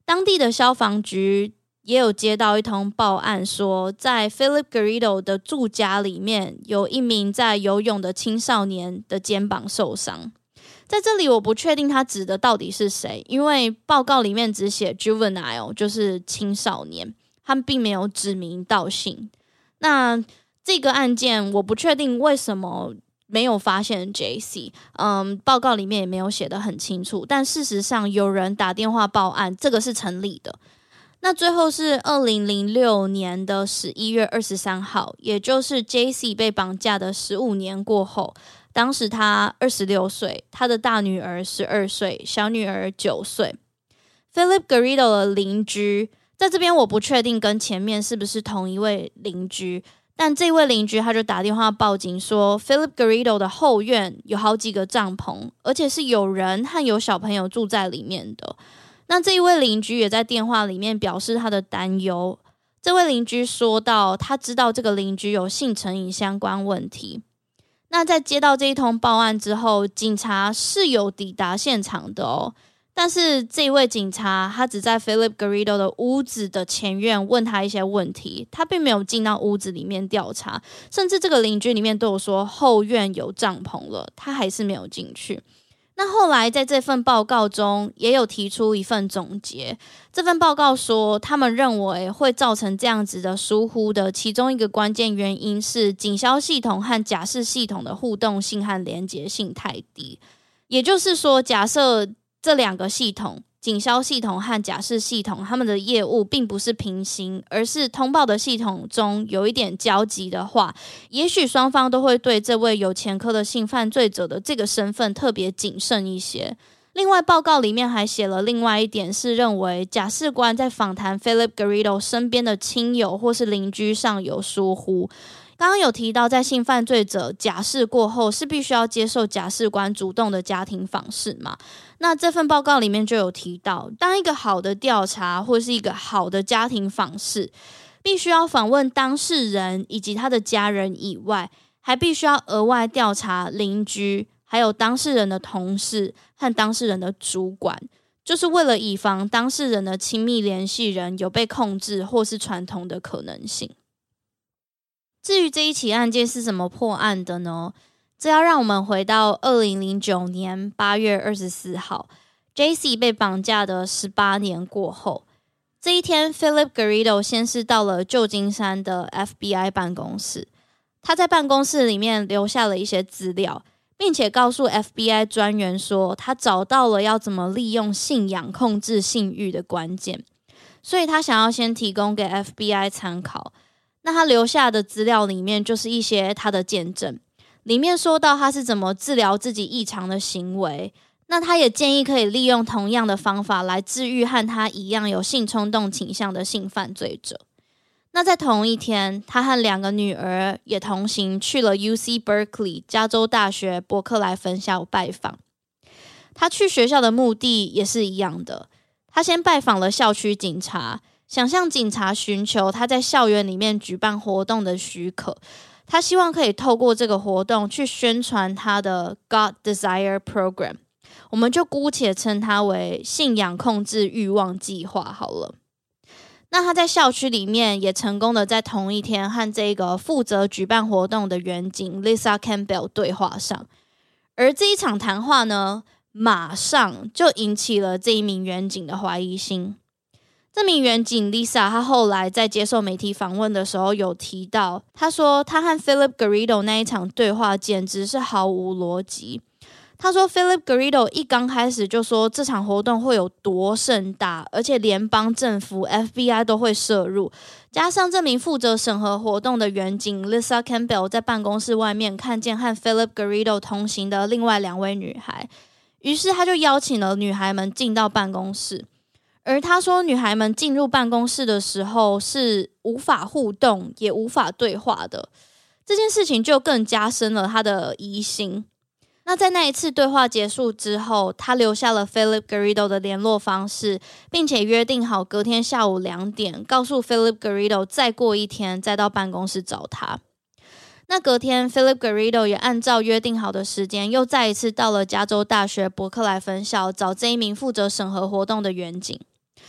当地的消防局也有接到一通报案，说在 Philip Garrido 的住家里面有一名在游泳的青少年的肩膀受伤。在这里我不确定他指的到底是谁，因为报告里面只写 juvenile， 就是青少年，他们并没有指名道姓。那这个案件我不确定为什么没有发现 JC， 报告里面也没有写得很清楚，但事实上有人打电话报案，这个是成立的。那最后是2006年的11月23号，也就是 JC 被绑架的15年过后，当时他26岁，他的大女儿12岁，小女儿9岁。Philip Garrido 的邻居，在这边我不确定跟前面是不是同一位邻居，但这位邻居他就打电话报警说 Philip Garrido 的后院有好几个帐篷，而且是有人和有小朋友住在里面的。那这一位邻居也在电话里面表示他的担忧。这位邻居说到，他知道这个邻居有性成瘾相关问题。那在接到这一通报案之后，警察是有抵达现场的哦。但是这一位警察他只在 Philip Garrido 的屋子的前院问他一些问题，他并没有进到屋子里面调查，甚至这个邻居里面都有说后院有帐篷了，他还是没有进去。那后来在这份报告中也有提出一份总结，这份报告说他们认为会造成这样子的疏忽的其中一个关键原因是警消系统和假释系统的互动性和连结性太低。也就是说，假设这两个系统，警消系统和假释系统，他们的业务并不是平行，而是通报的系统中有一点交集的话，也许双方都会对这位有前科的性犯罪者的这个身份特别谨慎一些。另外，报告里面还写了另外一点，是认为假释官在访谈 Philip Garrido 身边的亲友或是邻居上有疏忽。刚刚有提到，在性犯罪者假释过后是必须要接受假释官主动的家庭访视嘛？那这份报告里面就有提到，当一个好的调查或是一个好的家庭访视，必须要访问当事人以及他的家人以外，还必须要额外调查邻居，还有当事人的同事和当事人的主管，就是为了以防当事人的亲密联系人有被控制或是传统的可能性。至于这一起案件是怎么破案的呢？这要让我们回到2009年8月24号 JC 被绑架的18年过后。这一天 Philip Garrido 先是到了旧金山的 FBI 办公室，他在办公室里面留下了一些资料，并且告诉 FBI 专员说他找到了要怎么利用信仰控制性欲的关键，所以他想要先提供给 FBI 参考。那他留下的资料里面就是一些他的见证，里面说到他是怎么治疗自己异常的行为，那他也建议可以利用同样的方法来治愈和他一样有性冲动倾向的性犯罪者。那在同一天，他和2个女儿也同行去了 UC Berkeley 加州大学伯克莱分校拜访。他去学校的目的也是一样的，他先拜访了校区警察，想向警察寻求他在校园里面举办活动的许可，他希望可以透过这个活动去宣传他的 God Desire Program， 我们就姑且称它为信仰控制欲望计划好了。那他在校区里面也成功的在同一天和这个负责举办活动的员警 Lisa Campbell 对话上，而这一场谈话呢，马上就引起了这一名员警的怀疑心。这名员警 Lisa 她后来在接受媒体访问的时候有提到，她说她和 Philip Garrido 那一场对话简直是毫无逻辑。她说 Philip Garrido 一刚开始就说这场活动会有多盛大，而且联邦政府 FBI 都会涉入，加上这名负责审核活动的员警 Lisa Campbell 在办公室外面看见和 Philip Garrido 同行的另外2位女孩，于是他就邀请了女孩们进到办公室。而他说女孩们进入办公室的时候是无法互动也无法对话的，这件事情就更加深了他的疑心。那在那一次对话结束之后，他留下了 Philip Garrido 的联络方式，并且约定好隔天下午2点告诉 Philip Garrido 再过1天再到办公室找他。那隔天 Philip Garrido 也按照约定好的时间又再一次到了加州大学伯克莱分校找这一名负责审核活动的员警。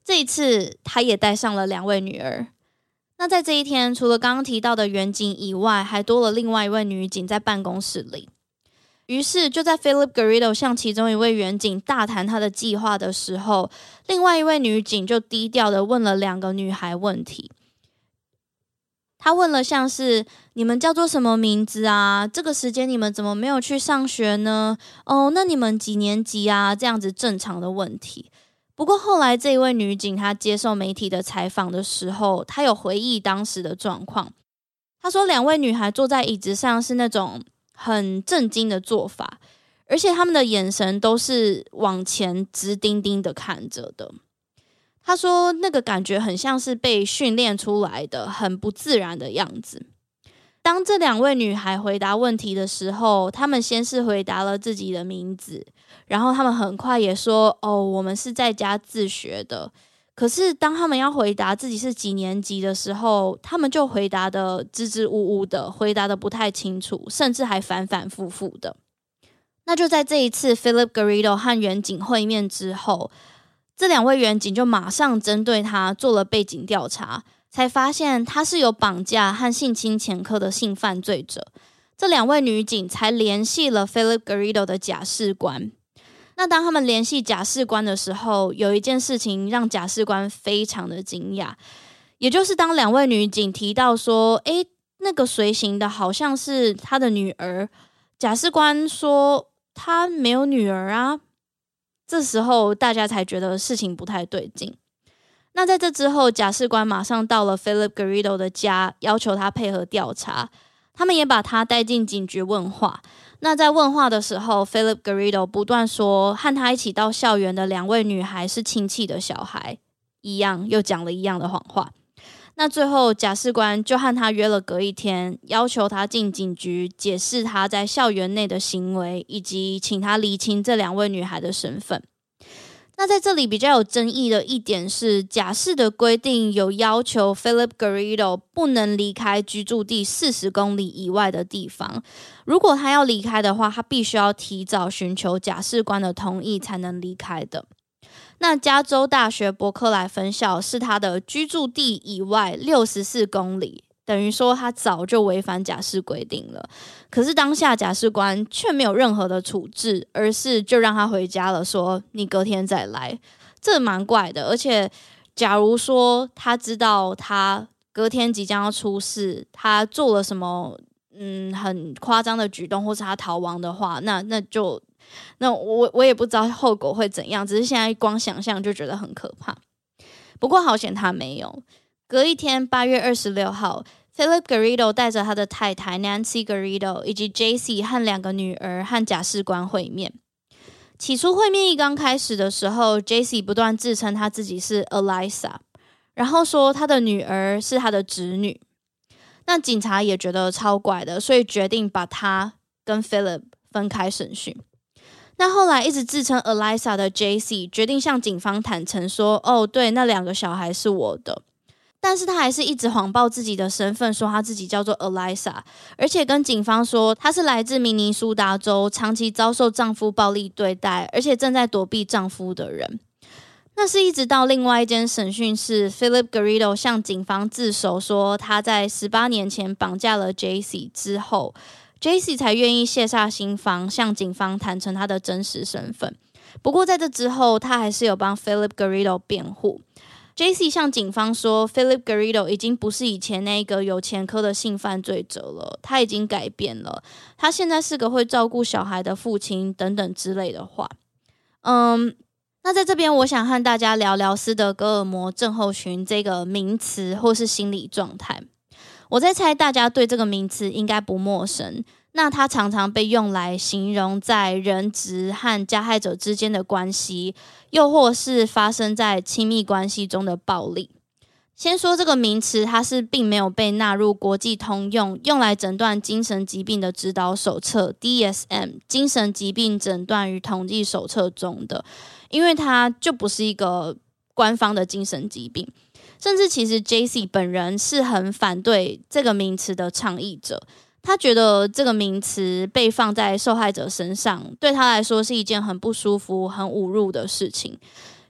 这一次他也带上了2位女儿。那在这一天，除了刚刚提到的远景以外，还多了另外一位女警在办公室里。于是就在 Philip Garrido 向其中一位远警大谈他的计划的时候，另外一位女警就低调的问了2个女孩问题。他问了像是你们叫做什么名字啊？这个时间你们怎么没有去上学呢？哦，那你们几年级啊？这样子正常的问题。不过后来这一位女警她接受媒体的采访的时候，她有回忆当时的状况。她说2位女孩坐在椅子上是那种很震惊的做法，而且他们的眼神都是往前直盯盯的看着的。他说那个感觉很像是被训练出来的，很不自然的样子。当这2位女孩回答问题的时候，她们先是回答了自己的名字，然后她们很快也说我们是在家自学的。可是当她们要回答自己是几年级的时候，她们就回答的支支吾吾的，回答的不太清楚，甚至还反反复复的。那就在这一次 Philip Garrido 和远警会面之后，这2位远警就马上针对他做了背景调查，才发现他是有绑架和性侵前科的性犯罪者。这2位女警才联系了 Philip Garrido 的假释官。那当他们联系假释官的时候，有一件事情让假释官非常的惊讶，也就是当2位女警提到说那个随行的好像是他的女儿，假释官说他没有女儿啊。这时候大家才觉得事情不太对劲。那在这之后，假释官马上到了 Philip Garrido 的家，要求他配合调查。他们也把他带进警局问话。那在问话的时候， Philip Garrido 不断说和他一起到校园的2位女孩是亲戚的小孩，又讲了一样的谎话。那最后假释官就和他约了隔一天，要求他进警局解释他在校园内的行为，以及请他厘清这2位女孩的身份。那在这里比较有争议的一点是，假释的规定有要求 Philip Garrido 不能离开居住地40公里以外的地方。如果他要离开的话，他必须要提早寻求假释官的同意才能离开的。那加州大学伯克莱分校是他的居住地以外64公里，等于说他早就违反假释规定了。可是当下假释官却没有任何的处置，而是就让他回家了，说你隔天再来。这蛮怪的。而且假如说他知道他隔天即将要出事，他做了什么很夸张的举动，或是他逃亡的话，那我也不知道后果会怎样，只是现在光想象就觉得很可怕。不过好险他没有。隔一天8月26号 Philip Garrido 带着他的太太 Nancy Garrido 以及 Jessie 和2个女儿和假释官会面。起初会面一刚开始的时候， Jessie 不断自称他自己是 Eliza， 然后说他的女儿是他的侄女。那警察也觉得超怪的，所以决定把他跟 Philip 分开审讯。那后来一直自称 Eliza 的 Jessie 决定向警方坦诚说对，那2个小孩是我的。但是他还是一直谎报自己的身份，说他自己叫做 Eliza， 而且跟警方说他是来自明尼苏达州，长期遭受丈夫暴力对待，而且正在躲避丈夫的人。那是一直到另外一间审讯室 Philip Garrido 向警方自首说他在18年前绑架了 Jessie 之后， Jessie 才愿意卸下心防，向警方坦诚他的真实身份。不过在这之后，他还是有帮 Philip Garrido 辩护。Jessie 向警方说 Philip Garrido 已经不是以前那个有前科的性犯罪者了，他已经改变了，他现在是个会照顾小孩的父亲等等之类的话。那在这边我想和大家聊聊斯德哥尔摩症候群这个名词或是心理状态。我在猜大家对这个名词应该不陌生，那它常常被用来形容在人质和加害者之间的关系，又或是发生在亲密关系中的暴力。先说这个名词，它是并没有被纳入国际通用来诊断精神疾病的指导手册 DSM 精神疾病诊断与统计手册中的，因为它就不是一个官方的精神疾病。甚至其实 Jessie 本人是很反对这个名词的倡议者，他觉得这个名词被放在受害者身上，对他来说是一件很不舒服、很侮辱的事情。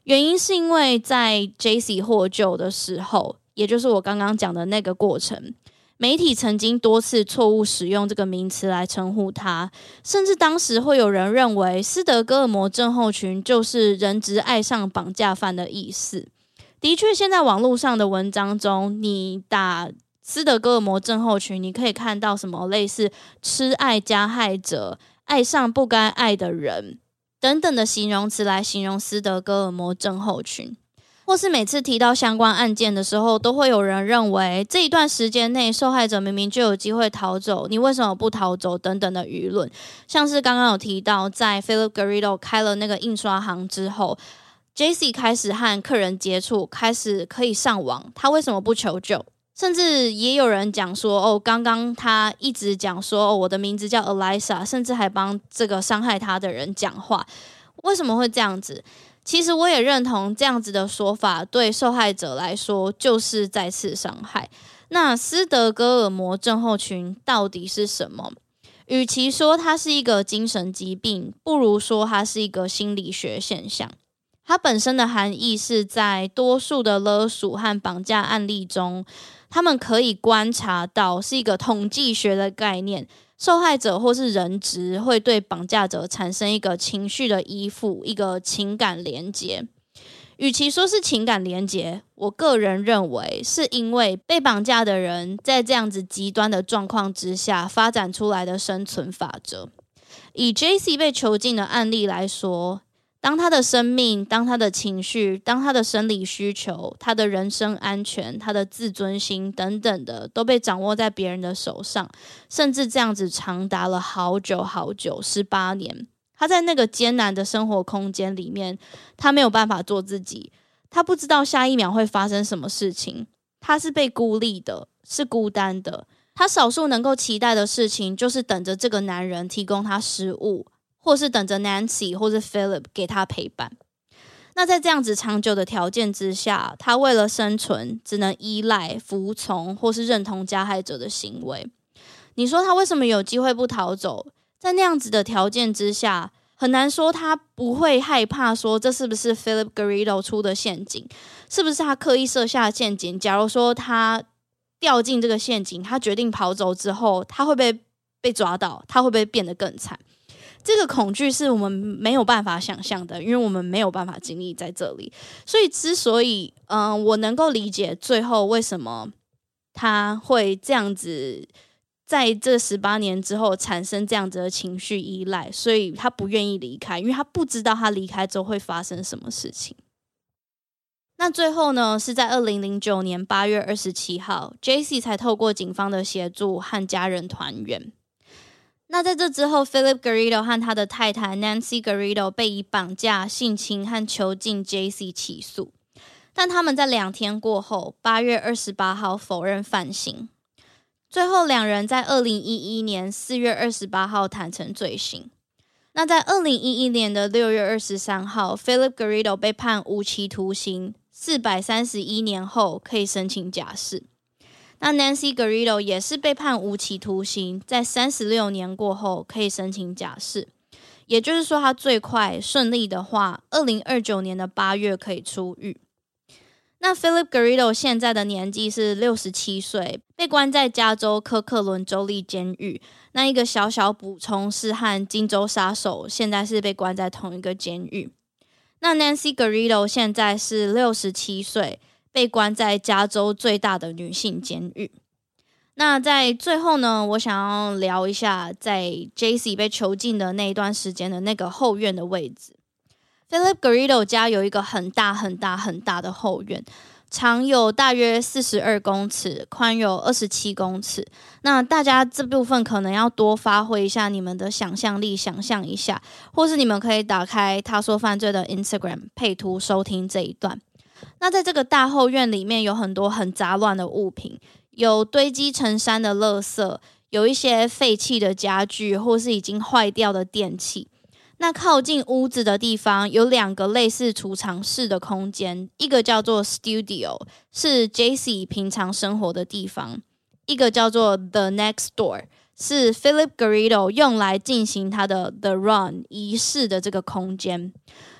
原因是因为在 Jaycee 获救的时候，也就是我刚刚讲的那个过程，媒体曾经多次错误使用这个名词来称呼他，甚至当时会有人认为斯德哥尔摩症候群就是人质爱上绑架犯的意思。的确，现在网络上的文章中，你打斯德哥尔摩症候群，你可以看到什么类似痴爱加害者、爱上不该爱的人等等的形容词来形容斯德哥尔摩症候群。或是每次提到相关案件的时候，都会有人认为这一段时间内受害者明明就有机会逃走，你为什么不逃走等等的舆论。像是刚刚有提到，在 Philip Garrido 开了那个印刷行之后， Jaycee 开始和客人接触，开始可以上网，他为什么不求救？甚至也有人讲说，刚刚他一直讲说，我的名字叫 Eliza， 甚至还帮这个伤害他的人讲话，为什么会这样子？其实我也认同这样子的说法，对受害者来说就是再次伤害。那斯德哥尔摩症候群到底是什么？与其说它是一个精神疾病，不如说它是一个心理学现象。它本身的含义是在多数的勒索和绑架案例中，他们可以观察到是一个统计学的概念，受害者或是人质会对绑架者产生一个情绪的依附，一个情感连结。与其说是情感连结，我个人认为是因为被绑架的人在这样子极端的状况之下发展出来的生存法则。以 Jaycee 被囚禁的案例来说，当他的生命、当他的情绪、当他的生理需求、他的人身安全、他的自尊心等等的都被掌握在别人的手上，甚至这样子长达了好久好久18年。他在那个艰难的生活空间里面，他没有办法做自己，他不知道下一秒会发生什么事情，他是被孤立的，是孤单的。他少数能够期待的事情就是等着这个男人提供他食物，或是等着 Nancy 或是 Philip 给他陪伴。那在这样子长久的条件之下，他为了生存只能依赖、服从或是认同加害者的行为。你说他为什么有机会不逃走？在那样子的条件之下，很难说他不会害怕说这是不是 Philip Garrido 出的陷阱，是不是他刻意设下的陷阱。假如说他掉进这个陷阱，他决定跑走之后，他会被抓到，他会不会变得更惨？这个恐惧是我们没有办法想象的，因为我们没有办法经历在这里。所以之所以我能够理解最后为什么他会这样子在这18年之后产生这样子的情绪依赖，所以他不愿意离开，因为他不知道他离开之后会发生什么事情。那最后呢，是在2009年8月27号 Jaycee 才透过警方的协助和家人团圆。那在这之后， Philip Garrido 和他的太太 Nancy Garrido 被以绑架、性侵和囚禁 Jaycee 起诉，但他们在2天过后8月28号否认犯行。最后两人在2011年4月28号坦诚罪行。那在2011年的6月23号 Philip Garrido 被判无期徒刑，431年后可以申请假释。那 Nancy Garrido 也是被判无期徒刑，在36年过后可以申请假释，也就是说他最快顺利的话2029年的8月可以出狱。那 Philip Garrido 现在的年纪是67岁，被关在加州科克伦州立监狱。那一个小小补充是和金州杀手现在是被关在同一个监狱。那 Nancy Garrido 现在是67岁，被关在加州最大的女性监狱。那在最后呢，我想要聊一下在 Jaycee 被囚禁的那一段时间的那个后院的位置。Philip Garrido 家有一个很大很大很大的后院，长有大约42公尺，宽有27公尺。那大家这部分可能要多发挥一下你们的想象力，想象一下，或是你们可以打开他说犯罪的 Instagram 配图收听这一段。那在这个大后院里面有很多很杂乱的物品，有堆积成山的垃圾，有一些废弃的家具，或是已经坏掉的电器。那靠近屋子的地方有2个类似储藏室的空间，一个叫做 Studio， 是 Jaycee 平常生活的地方，一个叫做 The Next Door， 是 Philip Garrido 用来进行他的 The Run 仪式的这个空间。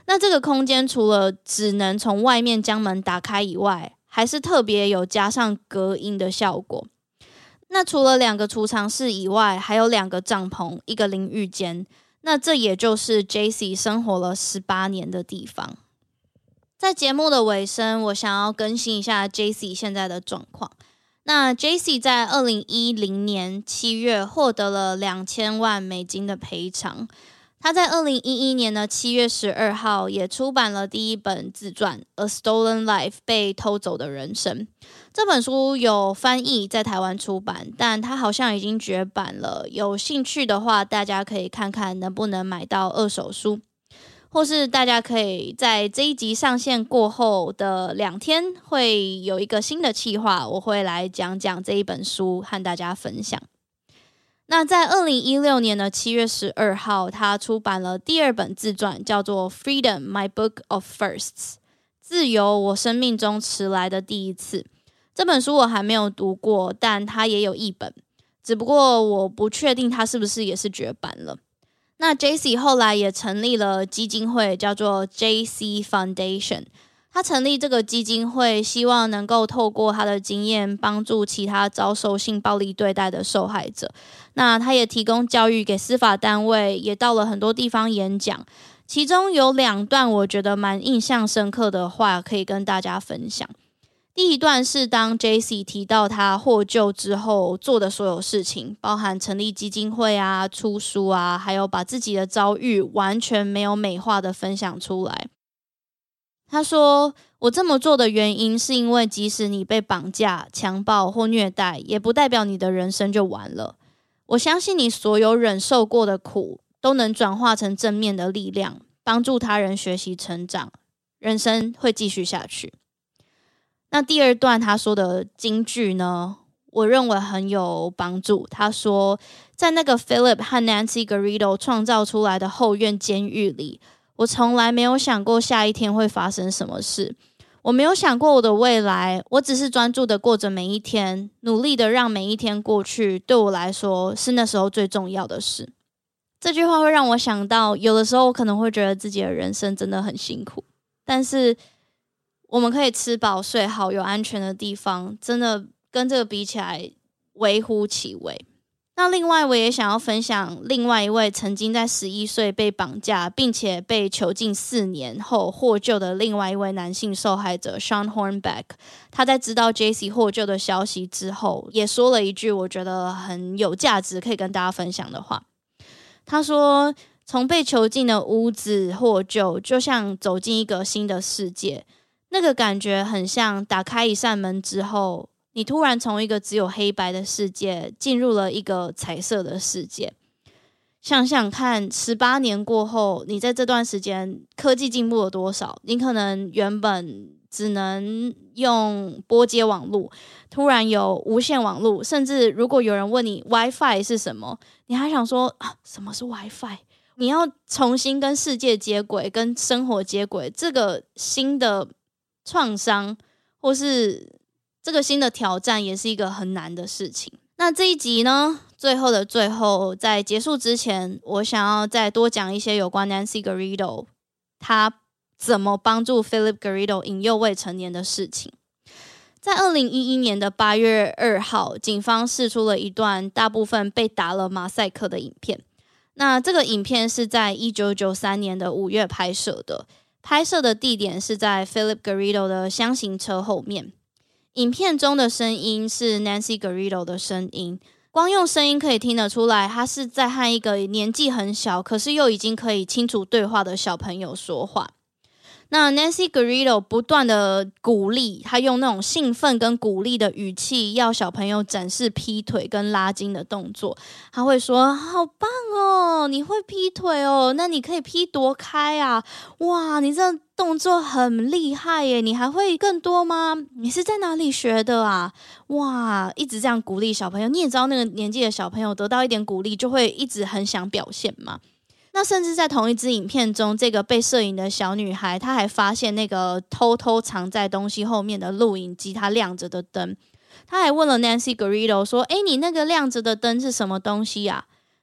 那这个空间除了只能从外面将门打开以外，还是特别有加上隔音的效果。那除了2个储藏室以外，还有2个帐篷，一个淋浴间。那这也就是 JC 生活了18年的地方。在节目的尾声，我想要更新一下 JC 现在的状况。那 JC 在2010年7月获得了$2000万的赔偿。他在2011年的7月12号也出版了第1本自传《A Stolen Life》被偷走的人生。这本书有翻译在台湾出版，但它好像已经绝版了。有兴趣的话，大家可以看看能不能买到二手书，或是大家可以在这一集上线过后的2天会有一个新的企划，我会来讲讲这一本书和大家分享。那在2016年的7月12号，他出版了第2本自传，叫做《Freedom: My Book of Firsts》，自由我生命中迟来的第一次。这本书我还没有读过，但它也有译本，只不过我不确定它是不是也是绝版了。那 JC 后来也成立了基金会，叫做 JC Foundation。他成立这个基金会，希望能够透过他的经验帮助其他遭受性暴力对待的受害者。那他也提供教育给司法单位，也到了很多地方演讲。其中有2段我觉得蛮印象深刻的话，可以跟大家分享。第一段是当 JC 提到他获救之后做的所有事情，包含成立基金会啊、出书啊，还有把自己的遭遇完全没有美化的分享出来。他说，我这么做的原因是因为即使你被绑架、强暴或虐待，也不代表你的人生就完了。我相信你所有忍受过的苦都能转化成正面的力量，帮助他人学习成长，人生会继续下去。那第2段他说的金句呢，我认为很有帮助。他说，在那个 Philip 和 Nancy Garrido 创造出来的后院监狱里，我从来没有想过下一天会发生什么事，我没有想过我的未来，我只是专注的过着每一天，努力的让每一天过去，对我来说是那时候最重要的事。这句话会让我想到，有的时候我可能会觉得自己的人生真的很辛苦，但是我们可以吃饱睡好有安全的地方，真的跟这个比起来微乎其微。那另外我也想要分享另外一位曾经在11岁被绑架并且被囚禁4年后获救的另外一位男性受害者 Sean Hornbeck。 他在知道 JC 获救的消息之后也说了一句我觉得很有价值可以跟大家分享的话。他说，从被囚禁的屋子获救就像走进一个新的世界，那个感觉很像打开一扇门之后，你突然从一个只有黑白的世界进入了一个彩色的世界。想想看，18年过后，你在这段时间科技进步了多少？你可能原本只能用拨接网路，突然有无线网路，甚至如果有人问你 Wi-Fi 是什么，你还想说什么是 Wi-Fi？ 你要重新跟世界接轨，跟生活接轨，这个新的创伤或是这个新的挑战也是一个很难的事情。那这一集呢，最后的最后，在结束之前，我想要再多讲一些有关 Nancy Garrido 他怎么帮助 Philip Garrido 引诱未成年的事情。在2011年的8月2号，警方释出了一段大部分被打了马赛克的影片。那这个影片是在1993年的5月拍摄的，拍摄的地点是在 Philip Garrido 的箱型车后面。影片中的声音是 Nancy Garrido 的声音，光用声音可以听得出来，他是在和一个年纪很小，可是又已经可以清楚对话的小朋友说话。那 Nancy Garrido 不断的鼓励，他用那种兴奋跟鼓励的语气，要小朋友展示劈腿跟拉筋的动作。他会说：“好棒哦，你会劈腿哦，那你可以劈多开啊？哇，你这动作很厉害耶，你还会更多吗？你是在哪里学的啊？哇！”一直这样鼓励小朋友。你也知道那个年纪的小朋友得到一点鼓励，就会一直很想表现嘛。那甚至在同一支影片中，这个被摄影的小女孩，她还发现那个偷偷藏在东西后面的录影机，它亮着的灯。她还问了 Nancy Garrido 说：“你那个亮着的灯是什么东西啊？”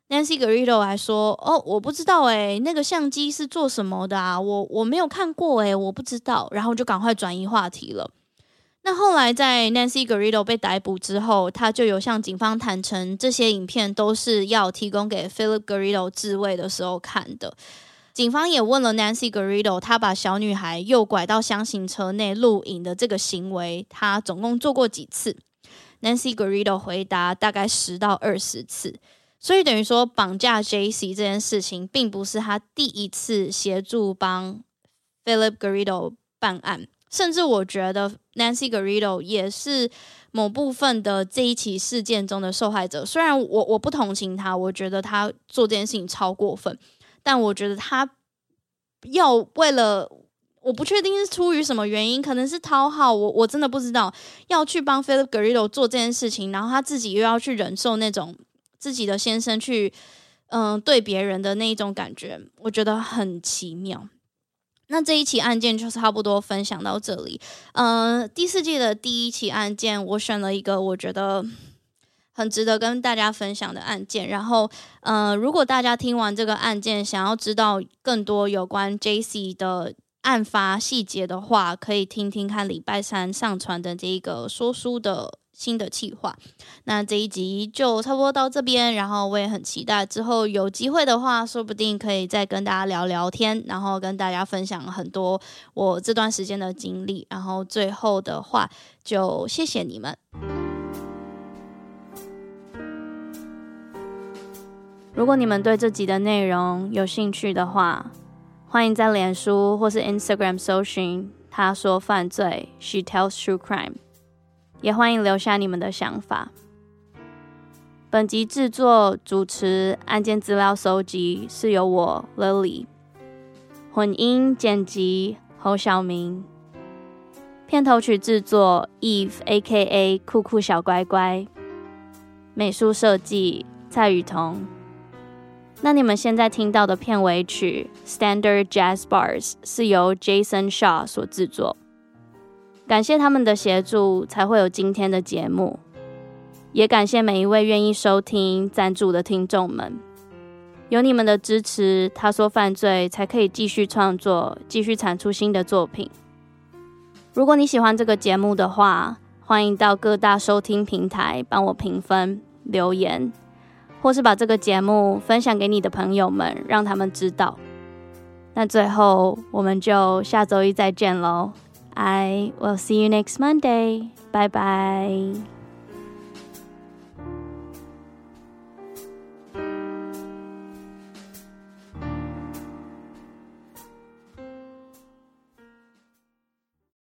Nancy Garrido 还说我不知道那个相机是做什么的啊，我没有看过我不知道，然后就赶快转移话题了。那后来在 Nancy Garrido 被逮捕之后，他就有向警方坦诚，这些影片都是要提供给 Philip Garrido 自卫的时候看的。警方也问了 Nancy Garrido， 他把小女孩诱拐到箱型车内录影的这个行为，他总共做过几次？ Nancy Garrido 回答大概10到20次。所以等于说绑架 JC 这件事情并不是他第一次协助帮 Philip Garrido 办案，甚至我觉得 Nancy Garrido 也是某部分的这一起事件中的受害者。虽然我不同情他，我觉得他做这件事情超过分，但我觉得他要为了，我不确定是出于什么原因，可能是讨好我真的不知道，要去帮 Philip Garrido 做这件事情，然后他自己又要去忍受那种自己的先生去对别人的那一种感觉，我觉得很奇妙。那这一起案件就差不多分享到这里。第4季的第1起案件，我选了一个我觉得很值得跟大家分享的案件。然后如果大家听完这个案件，想要知道更多有关 JC 的案发细节的话，可以听听看礼拜3上传的这个说书的新的企划。那这一集就差不多到这边，然后我也很期待之后有机会的话，说不定可以再跟大家聊聊天，然后跟大家分享很多我这段时间的经历。然后最后的话就谢谢你们。如果你们对这集的内容有兴趣的话，欢迎在脸书或是 Instagram 搜寻他说犯罪 She Tells True Crime，也欢迎留下你们的想法。本集制作、主持、案件资料搜集是由我 Lily， 混音剪辑侯晓明，片头曲制作 Eve AKA 酷酷小乖乖，美术设计蔡雨桐。那你们现在听到的片尾曲 Standard Jazz Bars 是由 Jason Shaw 所制作。感谢他们的协助，才会有今天的节目。也感谢每一位愿意收听、赞助的听众们，有你们的支持，他说犯罪才可以继续创作，继续产出新的作品。如果你喜欢这个节目的话，欢迎到各大收听平台帮我评分、留言，或是把这个节目分享给你的朋友们，让他们知道。那最后，我们就下周一再见咯。I will see you next Monday. Bye bye.